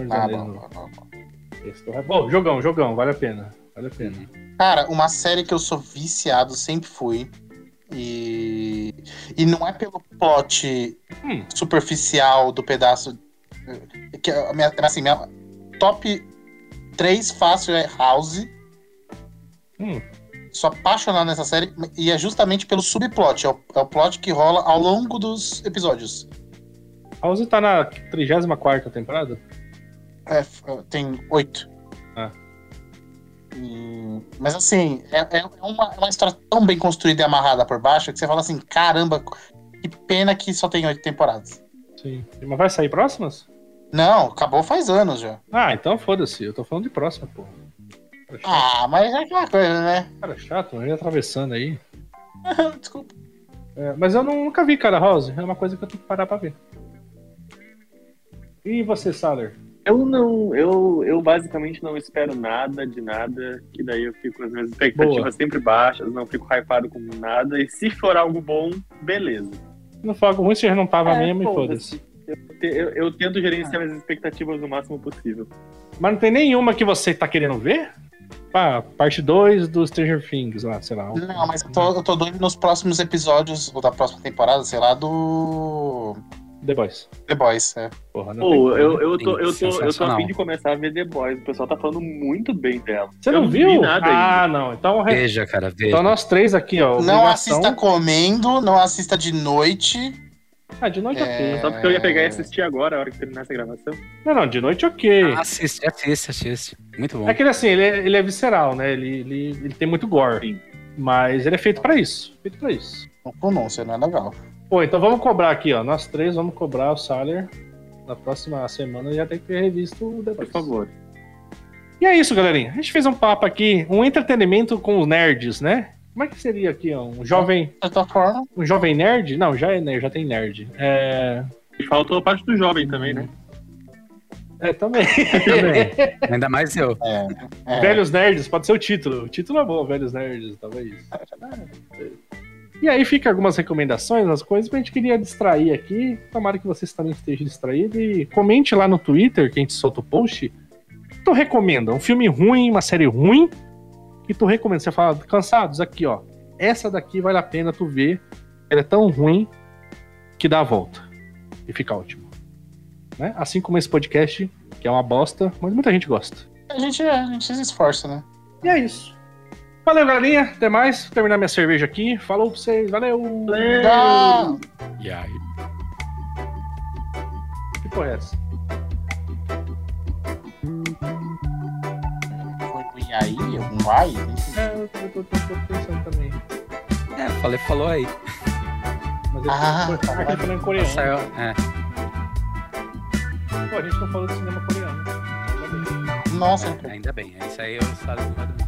Bom, jogão, vale a pena. Cara, uma série que eu sou viciado, sempre fui. E não é pelo plot superficial do pedaço. Que minha top 3 fácil é House. Sou apaixonado nessa série. E é justamente pelo subplot. É o plot que rola ao longo dos episódios. House tá na 34ª temporada? Tem 8. Ah. Mas assim, é uma história tão bem construída e amarrada por baixo que você fala assim, caramba, que pena que só tem 8 temporadas. Sim. Mas vai sair próximas? Não, acabou faz anos já. Ah, então foda-se, eu tô falando de próxima, pô. Mas é aquela coisa, né? Cara chato, eu ia atravessando aí. Desculpa. Mas eu nunca vi, cara, House. É uma coisa que eu tenho que parar pra ver. E você, Saller? Eu basicamente não espero nada de nada, que daí eu fico com as minhas expectativas sempre baixas, não fico hypado com nada, e se for algo bom, beleza. Se não for algo ruim, você já não tava mesmo e foda-se. Eu tento gerenciar as expectativas o máximo possível. Mas não tem nenhuma que você tá querendo ver? Parte 2 do Stranger Things, lá, sei lá. Não, mas eu tô doido nos próximos episódios, ou da próxima temporada, sei lá, do... The Boys. The Boys, é. Porra, eu tô a fim de começar a ver The Boys. O pessoal tá falando muito bem dela. Você não viu? Vi nada ainda. Não. Então, veja, cara, veja. Então nós 3 aqui, ó. Não assista comendo, não assista de noite. De noite ok. Só porque eu ia pegar e assistir agora, a hora que terminar essa gravação. Não, de noite ok. Assiste. Muito bom. É que ele é visceral, né? Ele tem muito gore. Sim. Mas ele é feito pra isso. Não pronúncia, não é legal. Pô, então vamos cobrar aqui, ó. Nós 3 vamos cobrar o Saller. Na próxima semana já tem que ter revisto o debate. Por favor. E é isso, galerinha. A gente fez um papo aqui, um entretenimento com os nerds, né? Como é que seria aqui, ó? Um jovem nerd? Não, já é nerd, já tem nerd. E faltou a parte do jovem também, né? Também. Ainda mais eu. Velhos nerds, pode ser o título. O título é bom, Velhos Nerds, talvez. E aí fica algumas recomendações, as coisas que a gente queria distrair aqui. Tomara que vocês também estejam distraídos. E comente lá no Twitter, que a gente solta o post. Tu recomenda um filme ruim, uma série ruim, que tu recomenda. Você fala, cansados, aqui ó, essa daqui vale a pena tu ver. Ela é tão ruim que dá a volta. E fica ótimo. Né? Assim como esse podcast, que é uma bosta, mas muita gente gosta. A gente se esforça, né? E é isso. Valeu, galerinha. Até mais. Vou terminar minha cerveja aqui. Falou pra vocês. Valeu. Tchau. E aí? corretas. Foi um aí, um ai? Eu tô pensando também. Falou aí. Mas ele tá falando em coreano. Saiu, Pô, a gente não falou de cinema coreano. Nossa, ainda bem. Isso aí eu sabe.